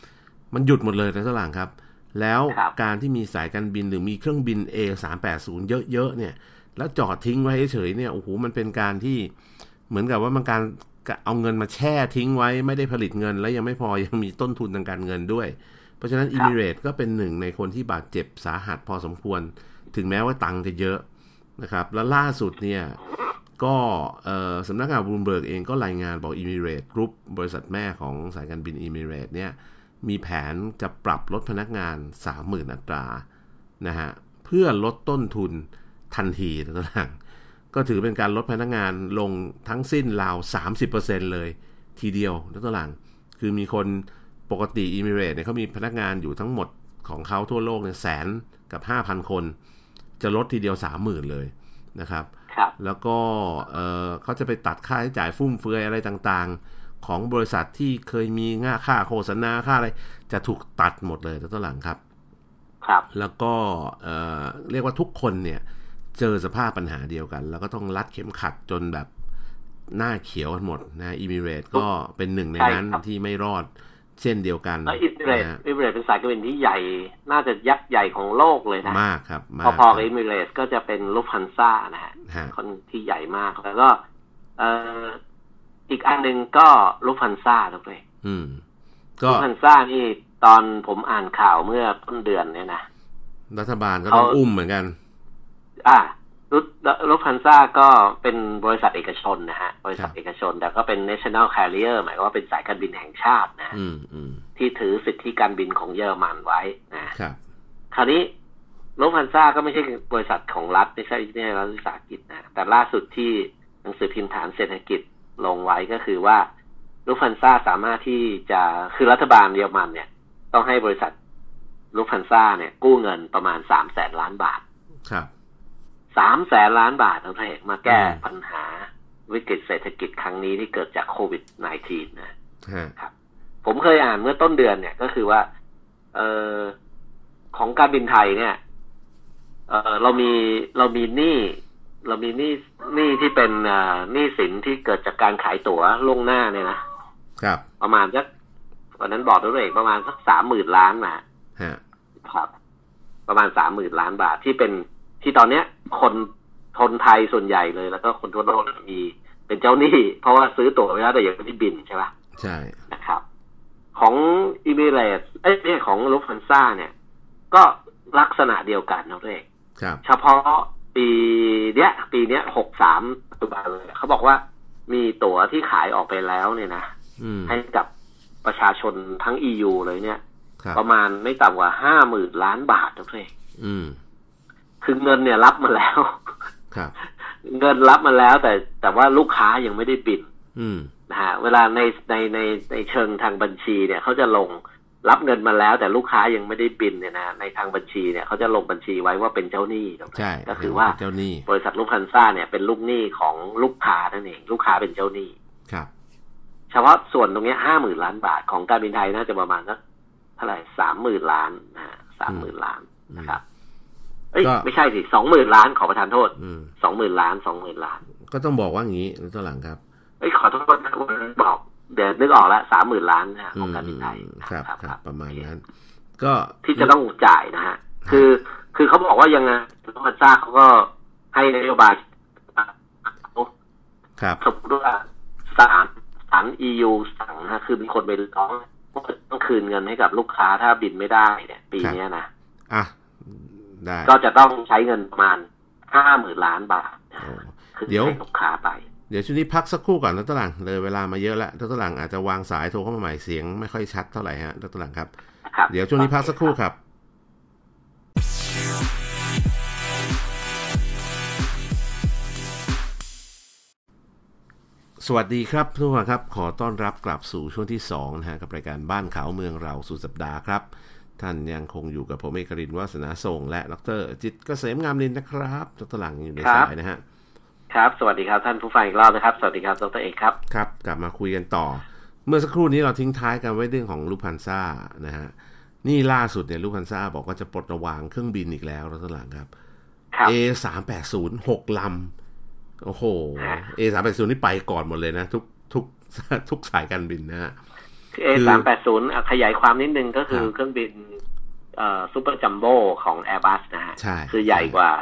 S1: มันหยุดหมดเลยในตลาดครับแล้วการที่มีสายการบินหรือมีเครื่องบิน A380 เยอะๆเนี่ยแล้วจอดทิ้งไว้เฉยๆเนี่ยโอ้โหมันเป็นการที่เหมือนกับว่ามันการเอาเงินมาแช่ทิ้งไว้ไม่ได้ผลิตเงินแล้วยังไม่พอยังมีต้นทุนทางการเงินด้วยเพราะฉะนั้น Emirates ก็เป็นหนึ่งในคนที่บาดเจ็บสาหัสพอสมควรถึงแม้ว่าตังค์จะเยอะนะครับแล้วล่าสุดเนี่ยก็สำนักงานบลูมเบิร์กเองก็รายงานบอก Emirates Group บริษัทแม่ของสายการบิน Emirates เนี่ยมีแผนจะปรับลดพนักงาน 30,000 อัตรานะฮะเพื่อลดต้นทุนทันทีนะท่านก็ถือเป็นการลดพนักงานลงทั้งสิ้นราว 30% เลยทีเดียวนะท่านคือมีคนปกติ Emirates เนี่ยเขามีพนักงานอยู่ทั้งหมดของเขาทั่วโลกเนี่ย100,000 กับ 5,000 คนจะลดทีเดียว 30,000 เลยนะครับแล้วก็เขาจะไปตัดค่าใช้จ่ายฟุ่มเฟือยอะไรต่างๆของบริษัทที่เคยมีค่าโฆษณาค่าอะไรจะถูกตัดหมดเลยต้นหลังครับแล้วก็เรียกว่าทุกคนเนี่ยเจอสภาพปัญหาเดียวกันแล้วก็ต้องรัดเข็มขัดจนแบบหน้าเขียวกันหมดนะEmiratesก็เป็นหนึ่งในนั้นที่ไม่รอดเช่นเดียวกัน
S2: แล้วEmiratesเป็นสายการบินที่ใหญ่น่าจะยักษ์ใหญ่ของโลกเลยนะ
S1: มากครับ
S2: พอๆกับEmiratesก็จะเป็นลูฟฮันซ่านะฮะคนที่ใหญ่มากแล้วก็อีกอันนึงก็ลูฟฮันซ่าด้วยลูฟฮันซ่านี่ตอนผมอ่านข่าวเมื่อต้นเดือนเนี่ยนะ
S1: รัฐบาลก็ต้องอุ้มเหมือนกัน
S2: ลูฟฮันซ่าก็เป็นบริษัทเอกชนนะฮะบริษัทเอกชนแต่ก็เป็น national carrier หมายความว่าเป็นสายการบินแห่งชาตินะที่ถือสิทธิการบินของเยอรมันไว้นะครับคราวนี้ลูฟฮันซ่าก็ไม่ใช่บริษัทของรัฐไม่ใช่รัฐวิสาหกิจนะแต่ล่าสุดที่หนังสือพิมพ์ฐานเศรษฐกิจลงไว้ก็คือว่าลูฟฮันซ่าสามารถที่จะคือรัฐบาลเยอรมันเนี่ยต้องให้บริษัทลูฟฮันซ่าเนี่ยกู้เงินประมาณ 300,000 ล้านบาท
S1: ครับ
S2: 300,000 ล้านบาททั้งประเทศมาแก้ปัญหาวิกฤตเศรษฐกิจครั้งนี้ที่เกิดจากโควิด -19 นะครับผมเคยอ่านเมื่อต้นเดือนเนี่ยก็คือว่าของการบินไทยเนี่ยเรามีหนี้ที่เป็นหนี้สินที่เกิดจากการขายตั๋วล่วงหน้าเนี่ยนะครับประมาณสักวันนั้นบอกตัวเลขประมาณสัก 30,000 ล้านครับประมาณ 30,000 ล้านบาทที่ตอนเนี้ยคนไทยส่วนใหญ่เลยแล้วก็คนทั่วโลกมีเป็นเจ้าหนี้เพราะว่าซื้อตั๋วไว้แล้วแต่ยังไม่ได้บินใช่ป่ะ
S1: ใช่
S2: นะครับของEmiratesของลูฟฮันซ่าเนี่ยก็ลักษณะเดียวกันนะเองเฉพาะปีเนี้ย63ปัจจุบันเลยเขาบอกว่ามีตั๋วที่ขายออกไปแล้วเนี่ยนะให้กับประชาชนทั้ง EU เลยเนี่ยประมาณไม่ต่ำกว่า 50,000 ล้านบาทนะเองคือเงินเนี่ยรับมาแล้วเงินรับมาแล้วแต่ว่าลูกค้ายังไม่ได้บินนะฮะเวลาในเชิงทางบัญชีเนี่ยเขาจะลงรับเงินมาแล้วแต่ลูกค้ายังไม่ได้บินเนี่ยนะในทางบัญชีเนี่ยเขาจะลงบัญชีไว้ว่าเป็นเจ้าหนี้ก็คือว่า
S1: เจ้าหนี้
S2: บริษัทลูฟฮันซ่าเนี่ยเป็นลูกหนี้ของลูกค้านั่นเองลูกค้าเป็นเจ้าหนี้
S1: ครับ
S2: เฉพาะส่วนตรงนี้ 50,000 ล้านบาทของการบินไทยน่าจะประมาณสักเท่าไหร่ 30,000 ล้านนะ 30,000 ล้านนะครับไม่ใช่สิ 20,000 ล้านขอประทานโทษ 20,000 ล้าน 20,000 ล้าน
S1: ก็ต้องบอกว่าอย่างนี้ตัวหลังครับ
S2: ขอโทษนะบอกเดี๋ยวนึกออกแล้ว 30,000 ล้านนะของการบินไทย
S1: ครับประมาณนั้นก็
S2: ที่จะต้องจ่ายนะฮะคือเขาบอกว่ายังไงลูฟฮันซ่าเขาก็ให้นโยบายสมมติว่าศาล EU สั่งนะคือมีคนไปร้องต้องคืนเงินให้กับลูกค้าถ้าบินไม่ได้เนี่ยปีนี้นะก็จะต้องใช้เงินประมาณ 50,000 ล้านบาท
S1: เดี๋ยว
S2: ลูกค้าไป
S1: เดี๋ยวช่วงนี้พักสักครู่ก่อนนะตะหลังเลยเวลามาเยอะแล้วตะหลังอาจจะวางสายโทรเข้ามาใหม่เสียงไม่ค่อยชัดเท่าไหร่ฮะตะหลังครับเดี๋ยวช่วงนี้พักสักครู่ครับสวัสดีครับทุกท่านครับขอต้อนรับกลับสู่ช่วงที่2นะฮะกับรายการบ้านข่าวเมืองเราสุดสัปดาห์ครับท่านยังคงอยู่กับผมเอกรินทร์วาสนาส่งและดร.จิตรเกษมงามนินนะครับดร.หลังอยู่ในสายนะฮะ
S2: ครับสวัสดีครับท่านผู้ฟังอีกรอบนะครับสวัสดีครับดร.เอกครับ
S1: ครับกลับมาคุยกันต่อเมื่อสักครู่นี้เราทิ้งท้ายกันไว้เรื่องของลูฟฮันซ่านะฮะนี่ล่าสุดเนี่ยลูฟฮันซ่าบอกว่าจะปลดระวางเครื่องบินอีกแล้วดร.หลังครับ A380 6 ลำโอ้โห A380 นี่ไปก่อนหมดเลยนะทุกสายการบินนะฮะ
S2: A380 ขยายความนิดนึงก็คือเครื่องบินซูเปอร์จัมโบ้ของ Airbus นะฮะคือใหญ่กว่า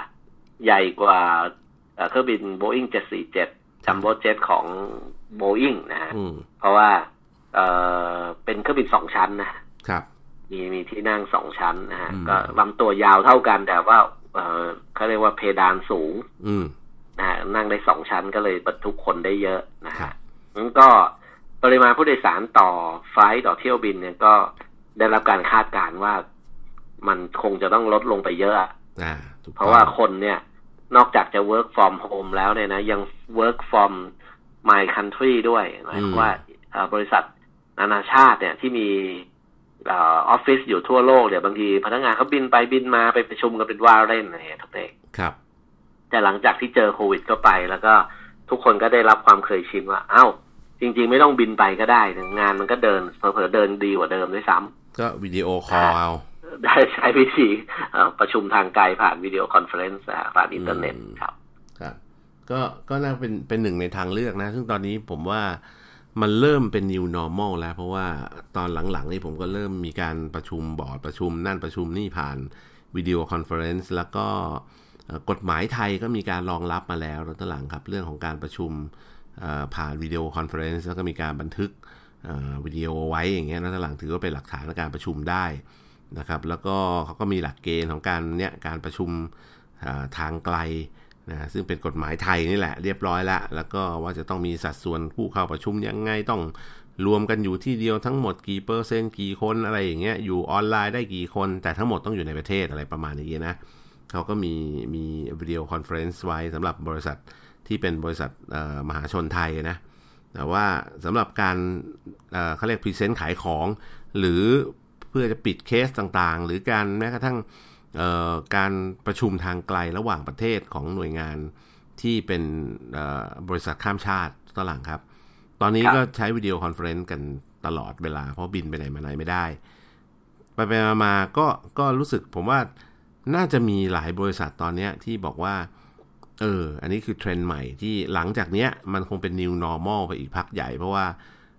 S2: เครื่องบิน Boeing 747 Jumbo Jet ของ Boeing นะฮะเพราะว่าเป็นเครื่องบิน2ชั้นนะครับมีที่นั่ง2ชั้นนะฮะก็ลำตัวยาวเท่ากันแต่ว่าเขาเรียกว่าเพดานสูงนะฮะนั่งได้2ชั้นก็เลยบรรทุกคนได้เยอะนะฮะงั้นก็ปริมาณผู้โดยสารต่อไฟล์ต่อเที่ยวบินเนี่ยก็ได้รับการคาดการณ์ว่ามันคงจะต้องลดลงไปเยอะเพราะว่าคนเนี่ยนอกจากจะ work from home แล้วเนี่ยนะยัง work from my country ด้วยหมายความว่าบริษัทนานาชาติเนี่ยที่มีออฟฟิศอยู่ทั่วโลกเนี่ยบางทีพนักงานเขาบินไปบินมาไปประชุมกันเป็นว่าเล่นอะไรอย่างเงี้ยทุกเด็ก
S1: ครับ
S2: แต่หลังจากที่เจอโควิดก็ไปแล้วก็ทุกคนก็ได้รับความเคยชินว่าอ้าวจริงๆไม่ต้องบินไปก็ได้งานมันก็เดินเผลอๆเดินดีกว่าเดิมด้วยซ้ำ
S1: ก็วิดีโอคอลเอา
S2: ได้ใช้วิธีประชุมทางไกลผ่านวิดีโอคอนเฟอเรนซ์ผ่านอินเทอร์เน็ตครับ
S1: ครับก็น่าเป็นหนึ่งในทางเลือกนะซึ่งตอนนี้ผมว่ามันเริ่มเป็น new normal แล้วเพราะว่าตอนหลังๆนี่ผมก็เริ่มมีการประชุมบอร์ดประชุมนั่นประชุมนี่ผ่านวิดีโอคอนเฟอเรนซ์แล้วก็กฎหมายไทยก็มีการรองรับมาแล้วตอนหลังครับเรื่องของการประชุมผ่านวิดีโอคอนเฟอเรนซ์แล้วก็มีการบันทึกวิดีโอไว้อย่างเงี้ยตอนหลังถือว่าเป็นหลักฐานในการประชุมได้นะครับแล้วก็เขาก็มีหลักเกณฑ์ของการประชุมทางไกลนะซึ่งเป็นกฎหมายไทยนี่แหละเรียบร้อยแล้วก็ว่าจะต้องมีสัดส่วนผู้เข้าประชุมยังไงต้องรวมกันอยู่ที่เดียวทั้งหมดกี่เปอร์เซ็นต์กี่คนอะไรอย่างเงี้ยอยู่ออนไลน์ได้กี่คนแต่ทั้งหมดต้องอยู่ในประเทศอะไรประมาณนี้นะเขาก็มีวิดีโอคอนเฟอเรนซ์ไว้สำหรับบริษัทที่เป็นบริษัทมหาชนไทยนะแต่ว่าสำหรับการเขาเรียกพรีเซนต์ขายของหรือเพื่อจะปิดเคสต่างๆหรือการแม้กระทั่งการประชุมทางไกลระหว่างประเทศของหน่วยงานที่เป็นบริษัทข้ามชาติตอนหลังครับตอนนี้ก็ใช้วิดีโอคอนเฟอเรนซ์กันตลอดเวลาเพราะบินไปไหนมาไหนไม่ได้ไปมาก็รู้สึกผมว่าน่าจะมีหลายบริษัทตอนนี้ที่บอกว่าอันนี้คือเทรนด์ใหม่ที่หลังจากเนี้ยมันคงเป็น new normal ไปอีกพักใหญ่เพราะว่า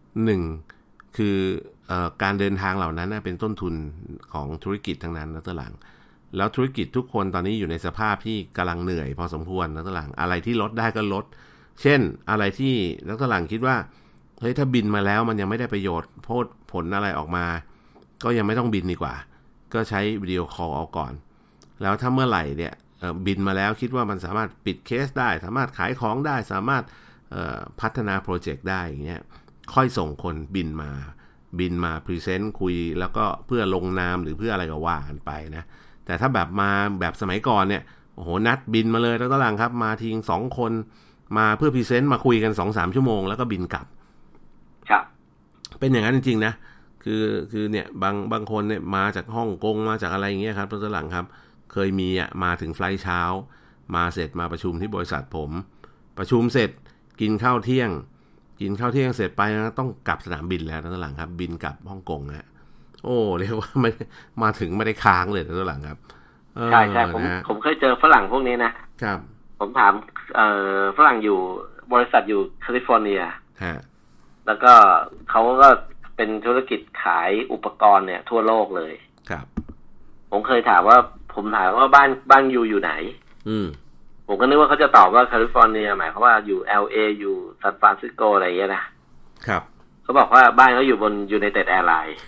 S1: 1คือการเดินทางเหล่านั้นเป็นต้นทุนของธุรกิจทั้งนั้นแล้วตอนหลังแล้วธุรกิจทุกคนตอนนี้อยู่ในสภาพที่กำลังเหนื่อยพอสมควรแล้วตอนหลังอะไรที่ลดได้ก็ลดเช่นอะไรที่แล้วตอนหลังคิดว่าเฮ้ยถ้าบินมาแล้วมันยังไม่ได้ประโยชน์ผลอะไรออกมาก็ยังไม่ต้องบินดีกว่าก็ใช้วิดีโอคอลเอาก่อนแล้วถ้าเมื่อไหร่เนี่ยบินมาแล้วคิดว่ามันสามารถปิดเคสได้สามารถขายของได้สามารถพัฒนาโปรเจกต์ได้อย่างเงี้ยค่อยส่งคนบินมาพรีเซนต์คุยแล้วก็เพื่อลงนามหรือเพื่ออะไรก็ว่ากันไปนะแต่ถ้าแบบสมัยก่อนเนี่ยโอ้โหนัดบินมาเลยแล้วก็หลังครับมาที2คนมาเพื่อพรีเซนต์มาคุยกัน 2-3 ชั่วโมงแล้วก็บินกลับ
S2: ครับ
S1: เป็นอย่างนั้นจริงๆนะคือเนี่ยบางคนเนี่ยมาจากฮ่องกงมาจากอะไรอย่างเงี้ยครับแล้วก็หลังครับเคยมีมาถึงไฟล์เช้ามาเสร็จมาประชุมที่บริษัทผมประชุมเสร็จกินข้าวเที่ยงเสร็จไปนะต้องกลับสนามบินแล้วตอนหลังครับบินกลับฮ่องกงฮะโอ้เรียกว่าไม่มาถึงไม่ได้ค้างเลยตอนหลังครับ
S2: ใช่ผมเคยเจอฝรั่งพวกนี้นะครับผมถามฝรั่งอยู่บริษัทอยู่แคลิฟอร์เนียแล้วก็เขาก็เป็นธุรกิจขายอุปกรณ์เนี่ยทั่วโลกเลย
S1: ครับ
S2: ผมเคยถามว่าบ้านอยู่ไหนผมก็นึกว่าเขาจะตอบว่าแคลิฟอร์เนียหมายความว่าอยู่ LA อยู่ซานฟรานซิสโกอะไรอย่างเงี้ยนะครับเขาบอกว่าบ้านเขาอยู่บน United Airlines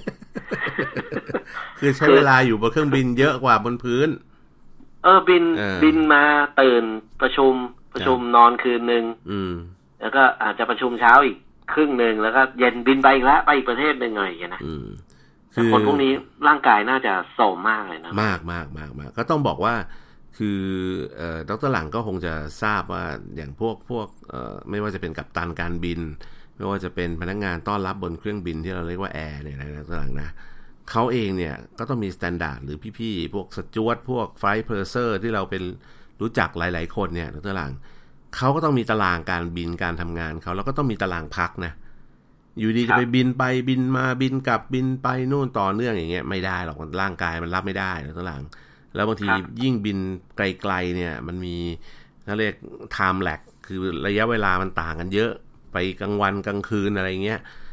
S1: คือใช้เวลาอยู่บนเครื่องบินเยอะกว่าบนพื้น
S2: บินมาตื่นประชุมนอนคืนนึงแล้วก็อาจจะประชุมเช้าอีกครึ่งนึงแล้วก็เย็นบินไปอีกแล้วไปอีกประเทศนึงอะไรอย่างเงี้ยนะคนพวกนี้ร่างกายน่าจะโทรมมากเลยนะ
S1: มากก็ต้องบอกว่าคือดร.หลังก็คงจะทราบว่าอย่างพวกไม่ว่าจะเป็นกัปตันการบินไม่ว่าจะเป็นพนักงานต้อนรับบนเครื่องบินที่เราเรียกว่าแอร์เนี่ยนะดร.หลังนะเขาเองเนี่ยก็ต้องมีสแตนดาร์ดหรือพี่ๆพวกสจ๊วตพวกไฟล์เพอร์เซอร์ที่เราเป็นรู้จักหลายๆคนเนี่ยดร.หลังเขาก็ต้องมีตารางการบินการทำงานเขาแล้วก็ต้องมีตารางพักนะอยู่ดีจะไปบินไปบินมาบินกลับบินไปนู่นต่อเนื่องอย่างเงี้ยไม่ได้หรอกร่างกายมันรับไม่ได้ดร.หลังแล้วบางทียิ่งบินไกลๆเนี่ยมันมีเขาเรียก time lag คือระยะเวลามันต่างกันเยอะไปกลางวันกลางคืนอะไรเงี้ย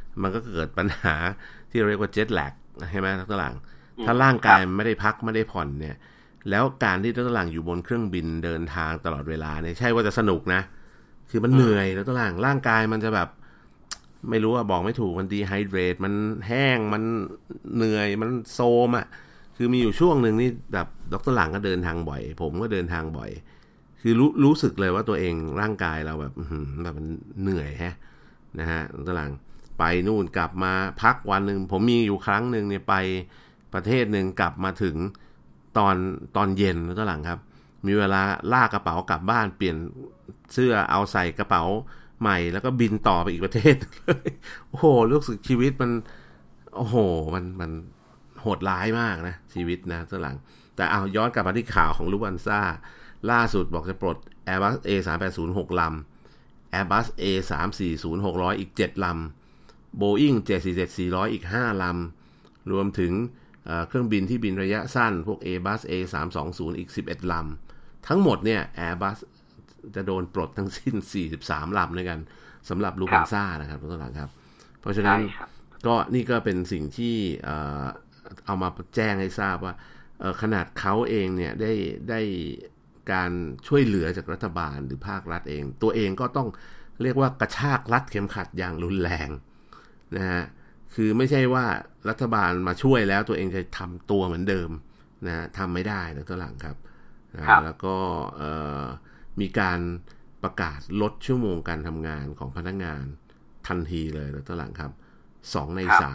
S1: มันก็เกิดปัญหาที่เรียกว่าเจ็ตแลกใช่ไหมดร.หลังถ้าร่างกายไม่ได้พักไม่ได้ผ่อนเนี่ยแล้วการที่ดร.หลังอยู่บนเครื่องบินเดินทางตลอดเวลาเนี่ยใช่ว่าจะสนุกนะคือมันเหนื่อยดร.หลังร่างกายมันจะแบบไม่รู้ว่าบอกไม่ถูกมันดีไฮเดรตมันแห้งมันเหนื่อยมันโซมอ่ะคือมีอยู่ช่วงหนึ่งนี่แบบดร.หลังก็เดินทางบ่อยผมก็เดินทางบ่อยคือรู้สึกเลยว่าตัวเองร่างกายเราแบบมันเหนื่อยนะฮะดร.หลังไปนู่นกลับมาพักวันนึงผมมีอยู่ครั้งนึงเนี่ยไปประเทศนึงกลับมาถึงตอนเย็นดร.หลังครับมีเวลาลากกระเป๋ากลับบ้านเปลี่ยนเสื้อเอาใส่กระเป๋าใหม่แล้วก็บินต่อไปอีกประเทศเลยโอ้โหรู้สึกชีวิตมันโอ้โหมันโหดร้ายมากนะชีวิตนะดร.หลังแต่เอาย้อนกลับมาที่ข่าวของลูฟันซ่าล่าสุดบอกจะปลด Airbus A380 6 ลำ Airbus A340 600 อีก 7 ลำ Boeing 747-400 อีก 5 ลำรวมถึงเครื่องบินที่บินระยะสั้นพวก Airbus A320 อีก 11 ลำทั้งหมดเนี่ย Airbus จะโดนปลดทั้งสิ้น43 ลำด้วยกันสำหรับลูฟันซ่านะครับทุกท่านครับเพราะฉะนั้นก็นี่ก็เป็นสิ่งที่เอามาแจ้งให้ทราบว่าขนาดเขาเองเนี่ยได้การช่วยเหลือจากรัฐบาลหรือภาครัฐเองตัวเองก็ต้องเรียกว่ากระชากรัดเข็มขัดอย่างรุนแรงนะฮะคือไม่ใช่ว่ารัฐบาลมาช่วยแล้วตัวเองจะทำตัวเหมือนเดิมนะทำไม่ได้นะตัวหลังครับแล้วก็มีการประกาศลดชั่วโมงการทำงานของพนักงานทันทีเลยนะตัวหลังครับ2 ใน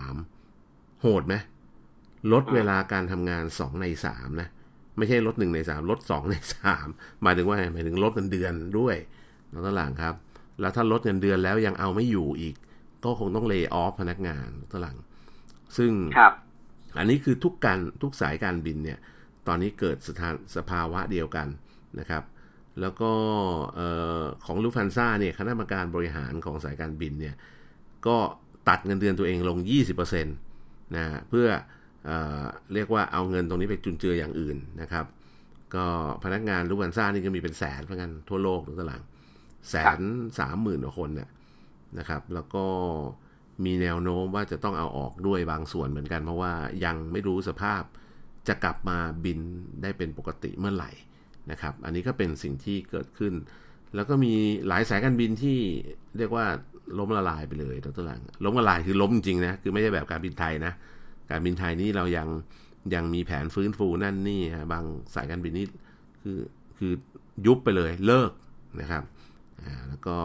S1: 3โหดไหมลดเวลาการทำงาน2 ใน 3นะไม่ใช่ลด1 ใน 3ลด2 ใน 3หมายถึงว่าหมายถึงลดเงินเดือนด้วยนะตัวหลังครับแล้วถ้าลดเงินเดือนแล้วยังเอาไม่อยู่อีกก็คงต้องเลย์ออฟพนักงานตัวหลังซึ่งอันนี้คือทุกสายการบินเนี่ยตอนนี้เกิดสภาวะเดียวกันนะครับแล้วก็ของลูฟันซ่าเนี่ยคณะกรรมการบริหารของสายการบินเนี่ยก็ตัดเงินเดือนตัวเองลง 20% นะเพื่อเรียกว่าเอาเงินตรงนี้ไปจุนเจืออย่างอื่นนะครับก็พนักงานลูฟันซ่านี่ก็มีเป็นแสนเหมือนกันทั่วโลกทุกตาราง130,000 กว่าคนเนี่ยนะครับแล้วก็มีแนวโน้มว่าจะต้องเอาออกด้วยบางส่วนเหมือนกันเพราะว่ายังไม่รู้สภาพจะกลับมาบินได้เป็นปกติเมื่อไหร่นะครับอันนี้ก็เป็นสิ่งที่เกิดขึ้นแล้วก็มีหลายสายการบินที่เรียกว่าล้มละลายไปเลยดร.หลังล้มละลายคือล้มจริงนะคือไม่ใช่แบบการบินไทยนะการบินไทยนี่เรายังมีแผนฟื้นฟูนั่นนี่ฮะบางสายการบินนี่คือยุบไปเลยเลิกนะครับแล้วก็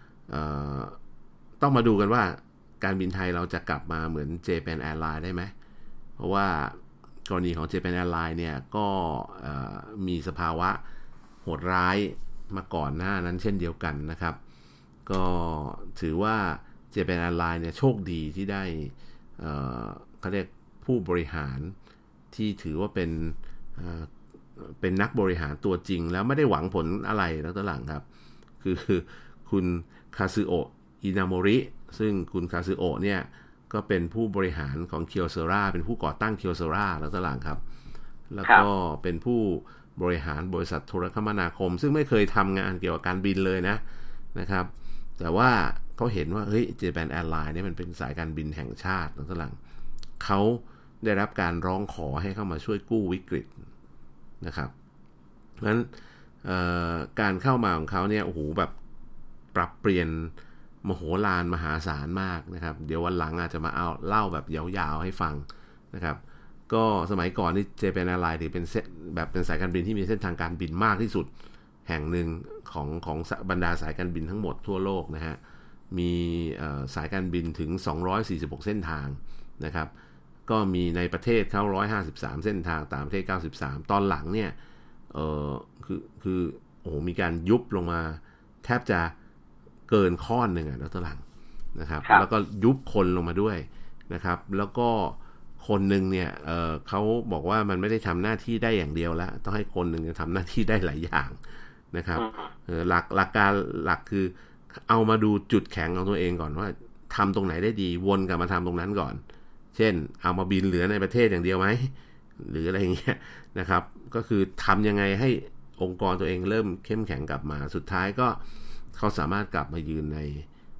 S1: ต้องมาดูกันว่าการบินไทยเราจะกลับมาเหมือน Japan Airlines ได้ไหมเพราะว่ากรณีของ Japan Airlines เนี่ยก็มีสภาวะโหดร้ายมาก่อนหน้านั้นเช่นเดียวกันนะครับก็ถือว่า Japan Airlines เนี่ยโชคดีที่ได้เขาเรียกผู้บริหารที่ถือว่าเป็นนักบริหารตัวจริงแล้วไม่ได้หวังผลอะไรแล้วตัวหลังครับคือคุณคาซึโอะอินาโมริซึ่งคุณคาซึโอะเนี่ยก็เป็นผู้บริหารของเคียวเซราเป็นผู้ก่อตั้งเคียวเซราแล้วตัวหลังครับแล้วก็เป็นผู้บริหารบริษัทโทรคมนาคมซึ่งไม่เคยทำงานเกี่ยวกับการบินเลยนะครับแต่ว่าเขาเห็นว่าเฮ้ย Japan Airlines เนี่ยมันเป็นสายการบินแห่งชาติแล้วตัวหลังเขาได้รับการร้องขอให้เข้ามาช่วยกู้วิกฤตนะครับเพราะฉะนั้นการเข้ามาของเขาเนี่ยโอ้โหแบบปรับเปลี่ยนมโหฬารมหาศาลมากนะครับเดี๋ยววันหลังอาจจะมาเล่าแบบยาวๆให้ฟังนะครับก็สมัยก่อนนี่ Japan Airlines ถือเป็นแบบเป็นสายการบินที่มีเส้นทางการบินมากที่สุดแห่งหนึ่งของบรรดาสายการบินทั้งหมดทั่วโลกนะฮะมีสายการบินถึง246เส้นทางนะครับก็มีในประเทศเขา153เส้นทางต่างประเทศ93ตอนหลังเนี่ยคือโอ้โหมีการยุบลงมาแทบจะเกินข้อนหนึ่งอ่ะแล้วตอนหลังนะครับแล้วก็ยุบคนลงมาด้วยนะครับแล้วก็คนหนึ่งเนี่ยเขาบอกว่ามันไม่ได้ทำหน้าที่ได้อย่างเดียวแล้วต้องให้คนหนึ่งทำหน้าที่ได้หลายอย่างนะครับหลักการหลักคือเอามาดูจุดแข็งของตัวเองก่อนว่าทำตรงไหนได้ดีวนกลับมาทำตรงนั้นก่อนเช่นเอามาบินเหลือในประเทศอย่างเดียวไหมหรืออะไรอย่างเงี้ยนะครับก็คือทำยังไงให้องค์กรตัวเองเริ่มเข้มแข็งกลับมาสุดท้ายก็เขาสามารถกลับมายืน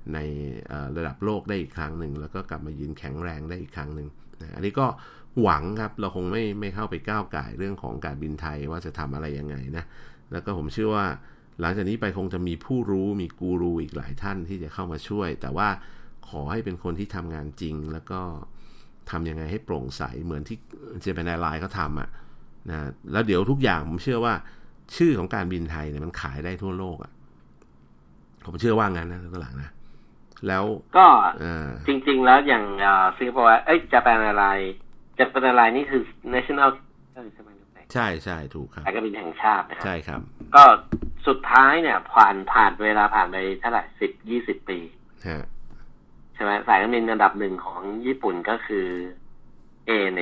S1: ในระดับโลกได้อีกครั้งหนึ่งแล้วก็กลับมายืนแข็งแรงได้อีกครั้งหนึ่งนะอันนี้ก็หวังครับเราคงไม่เข้าไปก้าวก่ายเรื่องของการบินไทยว่าจะทำอะไรยังไงนะแล้วก็ผมเชื่อว่าหลังจากนี้ไปคงจะมีผู้รู้มีกูรูอีกหลายท่านที่จะเข้ามาช่วยแต่ว่าขอให้เป็นคนที่ทำงานจริงแล้วก็ทำยังไงให้โปร่งใสเหมือนที่เจแปนแอร์ไลน์เขาทำนะแล้วเดี๋ยวทุกอย่างผมเชื่อว่าชื่อของการบินไทยเนี่ยมันขายได้ทั่วโลกผมเชื่อว่างั้นนะตัวหลังนะแล้ว
S2: ก็จริงๆแล้วอย่างสิงคโปร์เจแปนแอร์ไลน์นี่คือ national
S1: ใช่ใช่ถูกครับ
S2: สายการบินแห่งชาตินะครับ
S1: ใช่ครับ
S2: ก็สุดท้ายเนี่ยผ่านเวลาผ่านไปเท่าไหร่10-20 ปีใช่ไหมสายการบินอันดับหนึ่งของญี่ปุ่นก็คือ ANA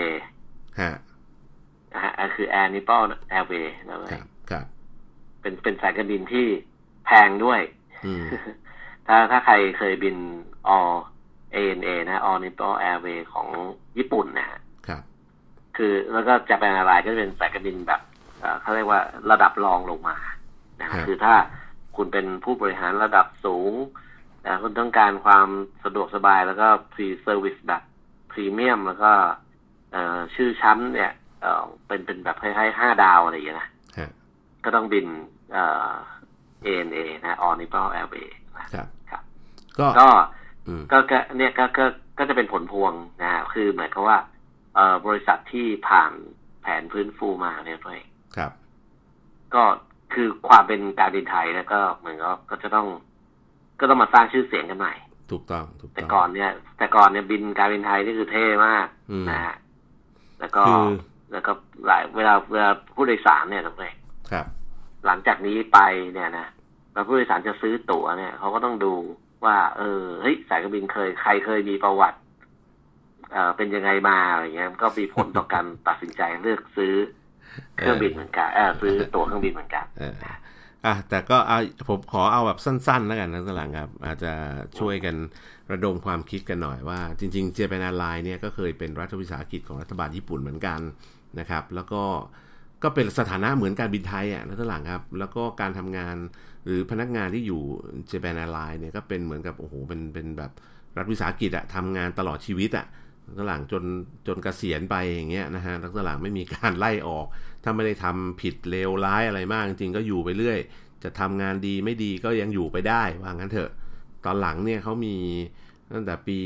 S2: คือ Air Nippon Airways
S1: นะครับ
S2: เป็นสายการบินที่แพงด้วยถ้าใครเคยบิน ANA นะ All Nippon Airways ของญี่ปุ่นนะครับคือแล้วก็จะเป็นอะไรก็จะเป็นสายการบินแบบเขาเรียกว่าระดับรองลงมานะคือถ้าคุณเป็นผู้บริหารระดับสูงคุณต้องการความสะดวกสบายแล้วก็ Pre-Service แบบพรีเมียมแล้วก็ชื่อชั้นเนี่ยเป็นแบบคล้ายๆ5 ดาวอะไรอย่างเงี้ยนะก็ต้องบินANA นะ All Nippon Airways
S1: ครับ
S2: ก็เนี่ยก็จะเป็นผลพวงนะคือหมายความว่าบริษัทที่ผ่านแผนฟื้นฟูมาเนี่ยด้วย
S1: ครับ
S2: ก็คือความเป็นการบินไทยแล้วก็เหมือนก็จะต้องมาสร้างชื่อเสียงกันใหม่
S1: ถูกต้อง
S2: แต่ก่อนเนี่ยบินการบินไทยนี่คือเท่มากนะฮะแล้วก็หลายเวลาผู้โดยสารเนี่ยทุกท่าน
S1: ครับ
S2: หลังจากนี้ไปเนี่ยนะแล้วผู้โดยสารจะซื้อตั๋วเนี่ยเขาก็ต้องดูว่าเฮ้ยสายการบินใครเคยมีประวัติเป็นยังไงมาอะไรเงี้ยก็มีผลต่อการตัดสินใจเลือกซื้อเครื่องบินเหมือนกันซื้อตั๋วเครื่องบินเหมือนกัน
S1: แต่ก็ผมขอเอาแบบสั้นๆแล้วกันนะท่านหลังครับอาจจะช่วยกันระดมความคิดกันหน่อยว่าจริงๆเจแปนแอร์ไลน์เนี่ยก็เคยเป็นรัฐวิสาหกิจของรัฐบาลญี่ปุ่นเหมือนกันนะครับแล้วก็เป็นสถานะเหมือนการบินไทยนะท่านหลังครับแล้วก็การทำงานหรือพนักงานที่อยู่เจแปนแอร์ไลน์เนี่ยก็เป็นเหมือนกับโอ้โหเป็นแบบรัฐวิสาหกิจทำงานตลอดชีวิตตหลังจนเกษียณไปอย่างเงี้ยนะฮะตหลังไม่มีการไล่ออกถ้าไม่ได้ทำผิดเลวร้ายอะไรมากจริงๆก็อยู่ไปเรื่อยจะทำงานดีไม่ดีก็ยังอยู่ไปได้ว่างั้นเถอะตอนหลังเนี่ยเขามีตั้งแต่ปี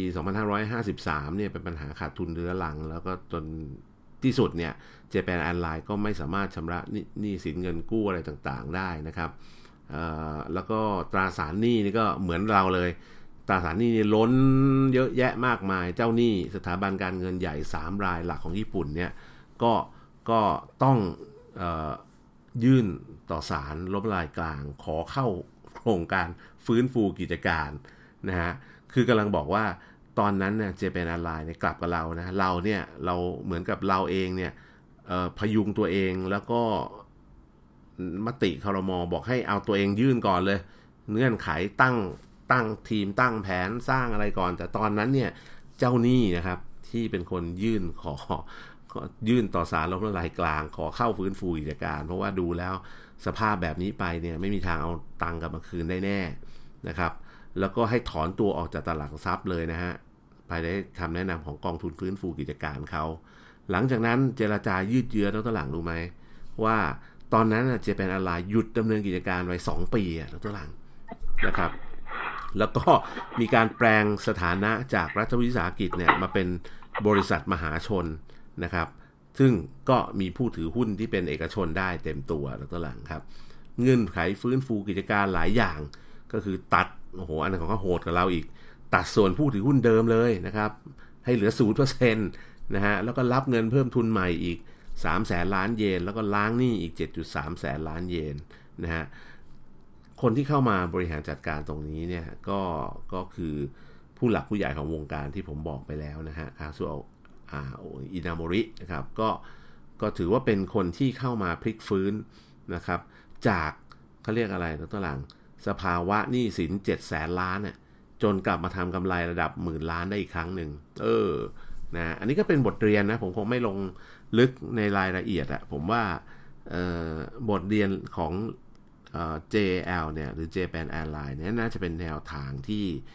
S1: 2553เนี่ยเป็นปัญหาขาดทุนเรื้อรังแล้วก็จนที่สุดเนี่ยเจแปนแอร์ไลน์ก็ไม่สามารถชำระหนี้สินเงินกู้อะไรต่างๆได้นะครับแล้วก็ตราสารหนี้นี่ก็เหมือนเราเลยตราสารหนี้นี่ล้นเยอะแยะมากมายเจ้าหนี้สถาบันการเงินใหญ่3 รายหลักของญี่ปุ่นเนี่ยก็ต้องยื่นต่อศาลล้มละลายกลางขอเข้าโครงการฟื้นฟูกิจการนะฮะคือกำลังบอกว่าตอนนั้นเนี่ยเจแปนแอร์ไลน์เนี่ยกลับกับเรานะเราเหมือนกับเราเองเนี่ยพยุงตัวเองแล้วก็มติครม.บอกให้เอาตัวเองยื่นก่อนเลยเงื่อนไขตั้งทีมตั้งแผนสร้างอะไรก่อนแต่ตอนนั้นเนี่ยเจ้าหนี้นะครับที่เป็นคนยื่นต่อศาลล้มละลายกลางขอเข้าฟื้นฟูกิจการเพราะว่าดูแล้วสภาพแบบนี้ไปเนี่ยไม่มีทางเอาตังค์กลับมาคืนได้แน่นะครับแล้วก็ให้ถอนตัวออกจากตลาดหลักทรัพย์เลยนะฮะภายในคำแนะนำของกองทุนฟื้นฟูกิจการเขาหลังจากนั้นเจรจายืดเยื้อแล้วตอนหลังรู้ไหมว่าตอนนั้นเจแปนแอร์ไลน์หยุดดำเนินกิจการไว้2 ปีแล้วตอนหลังนะครับแล้วก็มีการแปลงสถานะจากรัฐวิสาหกิจเนี่ยมาเป็นบริษัทมหาชนนะครับซึ่งก็มีผู้ถือหุ้นที่เป็นเอกชนได้เต็มตัวแล้วตอนหลังครับเงื่อนไขฟื้นฟูกิจการหลายอย่างก็คือตัดอันนั้นของเขาโหดกับเราอีกตัดส่วนผู้ถือหุ้นเดิมเลยนะครับให้เหลือ 0% นะฮะแล้วก็รับเงินเพิ่มทุนใหม่อีก300,000 ล้านเยนแล้วก็ล้างหนี้อีก 7.3 แสนล้านเยนนะฮะคนที่เข้ามาบริหารจัดการตรงนี้เนี่ยก็คือผู้หลักผู้ใหญ่ของวงการที่ผมบอกไปแล้วนะฮะคาซุอินาโมรินะครับก็ถือว่าเป็นคนที่เข้ามาพลิกฟื้นนะครับจากเขาเรียกอะไรตัวหลังสภาวะหนี้สิน700,000 ล้านเนี่ยจนกลับมาทำกำไรระดับ10,000 ล้านได้อีกครั้งหนึ่งนะอันนี้ก็เป็นบทเรียนนะผมคงไม่ลงลึกในรายละเอียดผมว่าบทเรียนของJAL เนี่ยหรือ Japan Airlines เนี่ยน่าจะเป็นแนวทางที่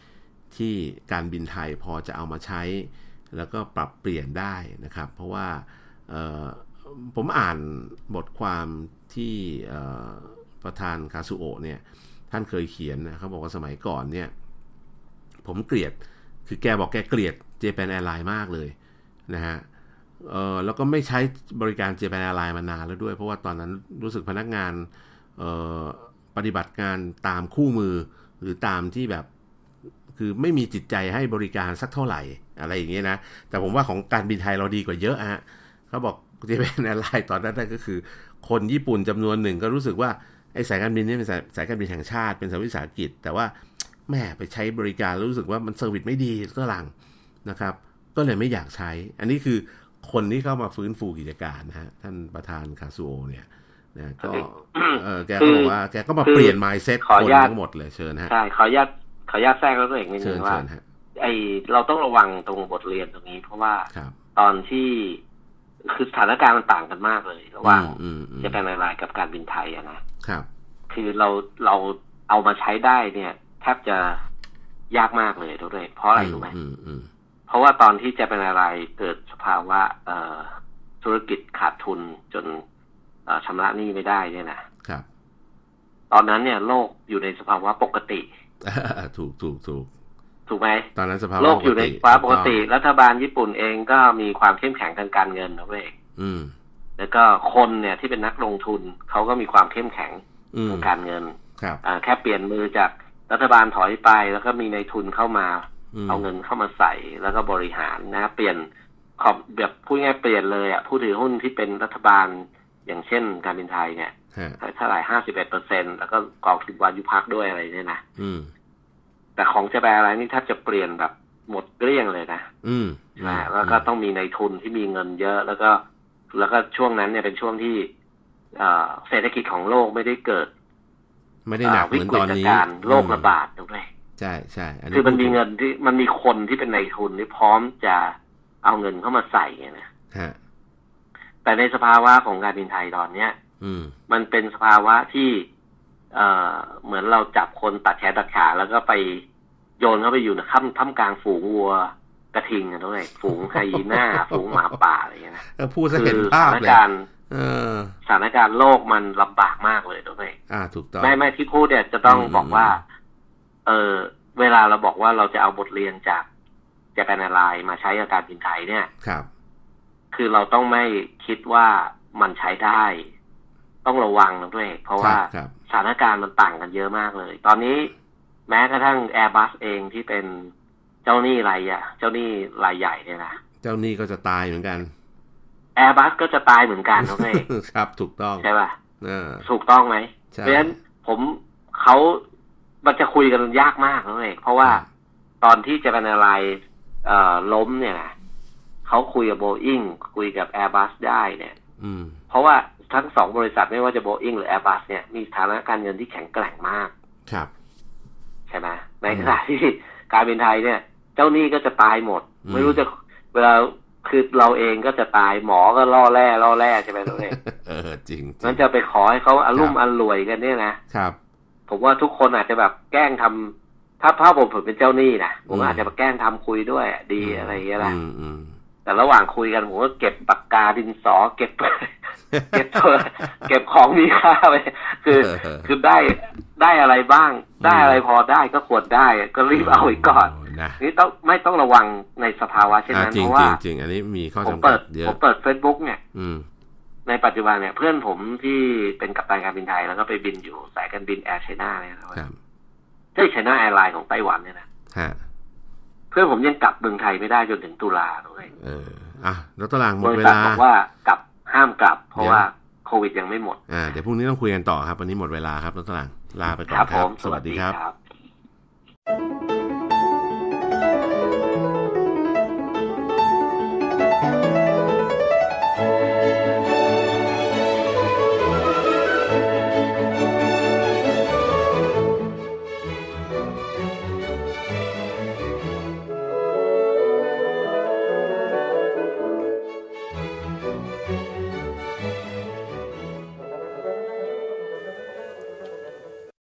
S1: ที่การบินไทยพอจะเอามาใช้แล้วก็ปรับเปลี่ยนได้นะครับเพราะว่าผมอ่านบทความที่ประธานคาซูโอะเนี่ยท่านเคยเขียนนะเขาบอกว่าสมัยก่อนเนี่ยผมเกลียดคือแกบอกแกเกลียด Japan Airlines มากเลยนะฮะแล้วก็ไม่ใช้บริการ Japan Airlines มานานแล้วด้วยเพราะว่าตอนนั้นรู้สึกพนักงานปฏิบัติงานตามคู่มือหรือตามที่แบบคือไม่มีจิตใจให้บริการสักเท่าไหร่อะไรอย่างเงี้ยนะแต่ผมว่าของการบินไทยเราดีกว่าเยอะฮะเขาบอก Japan Airlines ตอนนั้นก็คือคนญี่ปุ่นจำนวนหนึ่งก็รู้สึกว่าไอ้สายการบินนี่เป็นสายการบินแห่งชาติเป็นสายวิสาหกิจแต่ว่าแม่ไปใช้บริการแล้วรู้สึกว่ามันเซอร์วิสไม่ดีสักหลังนะครับก็เลยไม่อยากใช้อันนี้คือคนที่เข้ามาฟื้นฟูกิจการนะฮะท่านประธานคาซูโอเนี่ยนะก็แกก็บอกว่าแกก็มาเปลี่ยน mindset คนทั้งหมดเลยเชิญฮะ
S2: ใช่ขออนุญาตแทรกแล้วตัวเองนิดนึงว่าเราต้องระวังตรงบทเรียนตรงนี้เพราะว่าตอนที่คือสถานการณ์มันต่างกันมากเลยระหว่างจะเป็นอะไรกับการบินไทยนะครับคือเราเอามาใช้ได้เนี่ยแทบจะยากมากเลยทุกเลยเพราะอะไรรู้ไหมเพราะว่าตอนที่จะเป็นอะไรเกิดสภาวะธุรกิจขาดทุนจนชำระหนี้ไม่ได้เนี่ยนะครับตอนนั้นเนี่ยโลกอยู่ในสภาวะปกติถูกไหม
S1: ตอนนั้นสภาวะ
S2: โลกอยู่ในสภาวะปกติรัฐบาลญี่ปุ่นเองก็มีความเข้มแข็งทางการเงินนะเว้ยแล้วก็คนเนี่ยที่เป็นนักลงทุนเขาก็มีความเข้มแข็งทางการเงินแค่เปลี่ยนมือจากรัฐบาลถอยไปแล้วก็มีในทุนเข้ามาเอาเงินเข้ามาใส่แล้วก็บริหารนะเปลี่ยนแบบพูดง่ายเปลี่ยนเลยผู้ถือหุ้นที่เป็นรัฐบาลอย่างเช่นการบินไทยเนี่ยเท่าไหร่51%แล้วก็กองทุนวายุพักด้วยอะไรเนี่ยนะแต่ของจะแปลอะไรนี่แทบจะเปลี่ยนแบบหมดเกลี้ยงเลยนะแล้วก็ต้องมีในทุนที่มีเงินเยอะแล้วก็ช่วงนั้นเนี่ยเป็นช่วงที่เศรษฐกิจของโลกไม่ได้เกิด
S1: ไม่ได้หนักเหมือนตอนนี้
S2: โรคระบาดด้วย
S1: ใช่
S2: คือมันมีเงินที่มันมีคนที่เป็นในทุนที่พร้อมจะเอาเงินเข้ามาใส่ไงนะแต่ในสภาวะของการบินไทยตอนเนี้ยมันเป็นสภาวะที่เหมือนเราจับคนตัดแขนตัดขาแล้วก็ไปโยนเข้าไปอยู่ในท่ามกลางฝูงวัวกระทิงกันด้วยฝูงไฮยีน่า ฝูงหมาป่าอะไรอย่างเงี้ยนะ
S1: พูดซะเห็นภาพเลย
S2: สถานการณ์โลกมันลำบากมากเลยด้วย
S1: ถูกต้อง
S2: ไม่ที่พูดเนี่ยจะต้องบอกว่าเวลาเราบอกว่าเราจะเอาบทเรียนจากJapan Airlinesมาใช้กับการบินไทยเนี่ยคือเราต้องไม่คิดว่ามันใช้ได้ต้องระวังนะด้วยเพราะว่าสถานการณ์มันต่างกันเยอะมากเลยตอนนี้แม้กระทั่ง Airbus เองที่เป็นเจ้าหนี้รายใหญ่เนี่ยนะ
S1: เจ้าหนี้ก็จะตายเหมือนกัน
S2: Airbus ก็จะตายเหมือนกันนะด้วย
S1: ครับถูกต้อง
S2: ใช่ป่ะถูกต้องไหมเพราะฉะนั้นมันจะคุยกันยากมากนะด้วยเพราะว่าตอนที่จะเป็นอะไรล้มเนี่ยเขาคุยกับ Boeing คุยกับ Airbus ได้เนี่ยเพราะว่าทั้งสองบริษัทไม่ว่าจะ Boeing หรือ Airbus เนี่ยมีฐานะการเงินที่แข็งแกร่งมาก
S1: ครับ
S2: ใช่ไหมในขณะที่การบินไทยเนี่ยเจ้าหนี้ก็จะตายหมดไม่รู้จะเวลาคือเราเองก็จะตายหมอก็ล่อแร่ใช่ไหมตัวเอง
S1: จริง
S2: นั้นจะไปขอให้เขาอลุ่มอร่วยกันเนี่ยนะครับผมว่าทุกคนอาจจะแบบแกล้งทำถ้าผมเป็นเจ้าหนี้นะผมอาจจะมาแกล้งทำคุยด้วยดีอะไรอย่างเงี้ยแหละแต่ระหว่างคุยกันผมก็เก็บปากกาดินสอเก็บของมีค่าไปคือได้อะไรบ้างได้อะไรพอได้ก็ควรได้ก็รีบเอาไว้ก่อนนี่ไม่ต้องระวังในสภาวะเช่นนั้นเพราะว่า
S1: จริงอันนี้มีข้อจำกัดเยอะ
S2: ผมเปิด Facebook เนี่ยในปัจจุบันเนี่ยเพื่อนผมที่เป็นกัปตันการบินไทยแล้วก็ไปบินอยู่สายการบินแอร์ไชน่าเนี่ยนะครับใช่ไชน่าแอร์ไลน์ของไต้หวันเนี่ยนะเพื่อนผมยังกลับเมืองไทยไม่ได้จนถึงตุลาเลย
S1: แล้วตารางหมดเวลา
S2: บอกว่ากลับห้ามกลับเพราะว่าโควิดยังไม่หมด
S1: เดี๋ยวพรุ่งนี้ต้องคุยกันต่อครับวันนี้หมดเวลาครับรัตลังลาไปก่อนครับสวัสดีครับ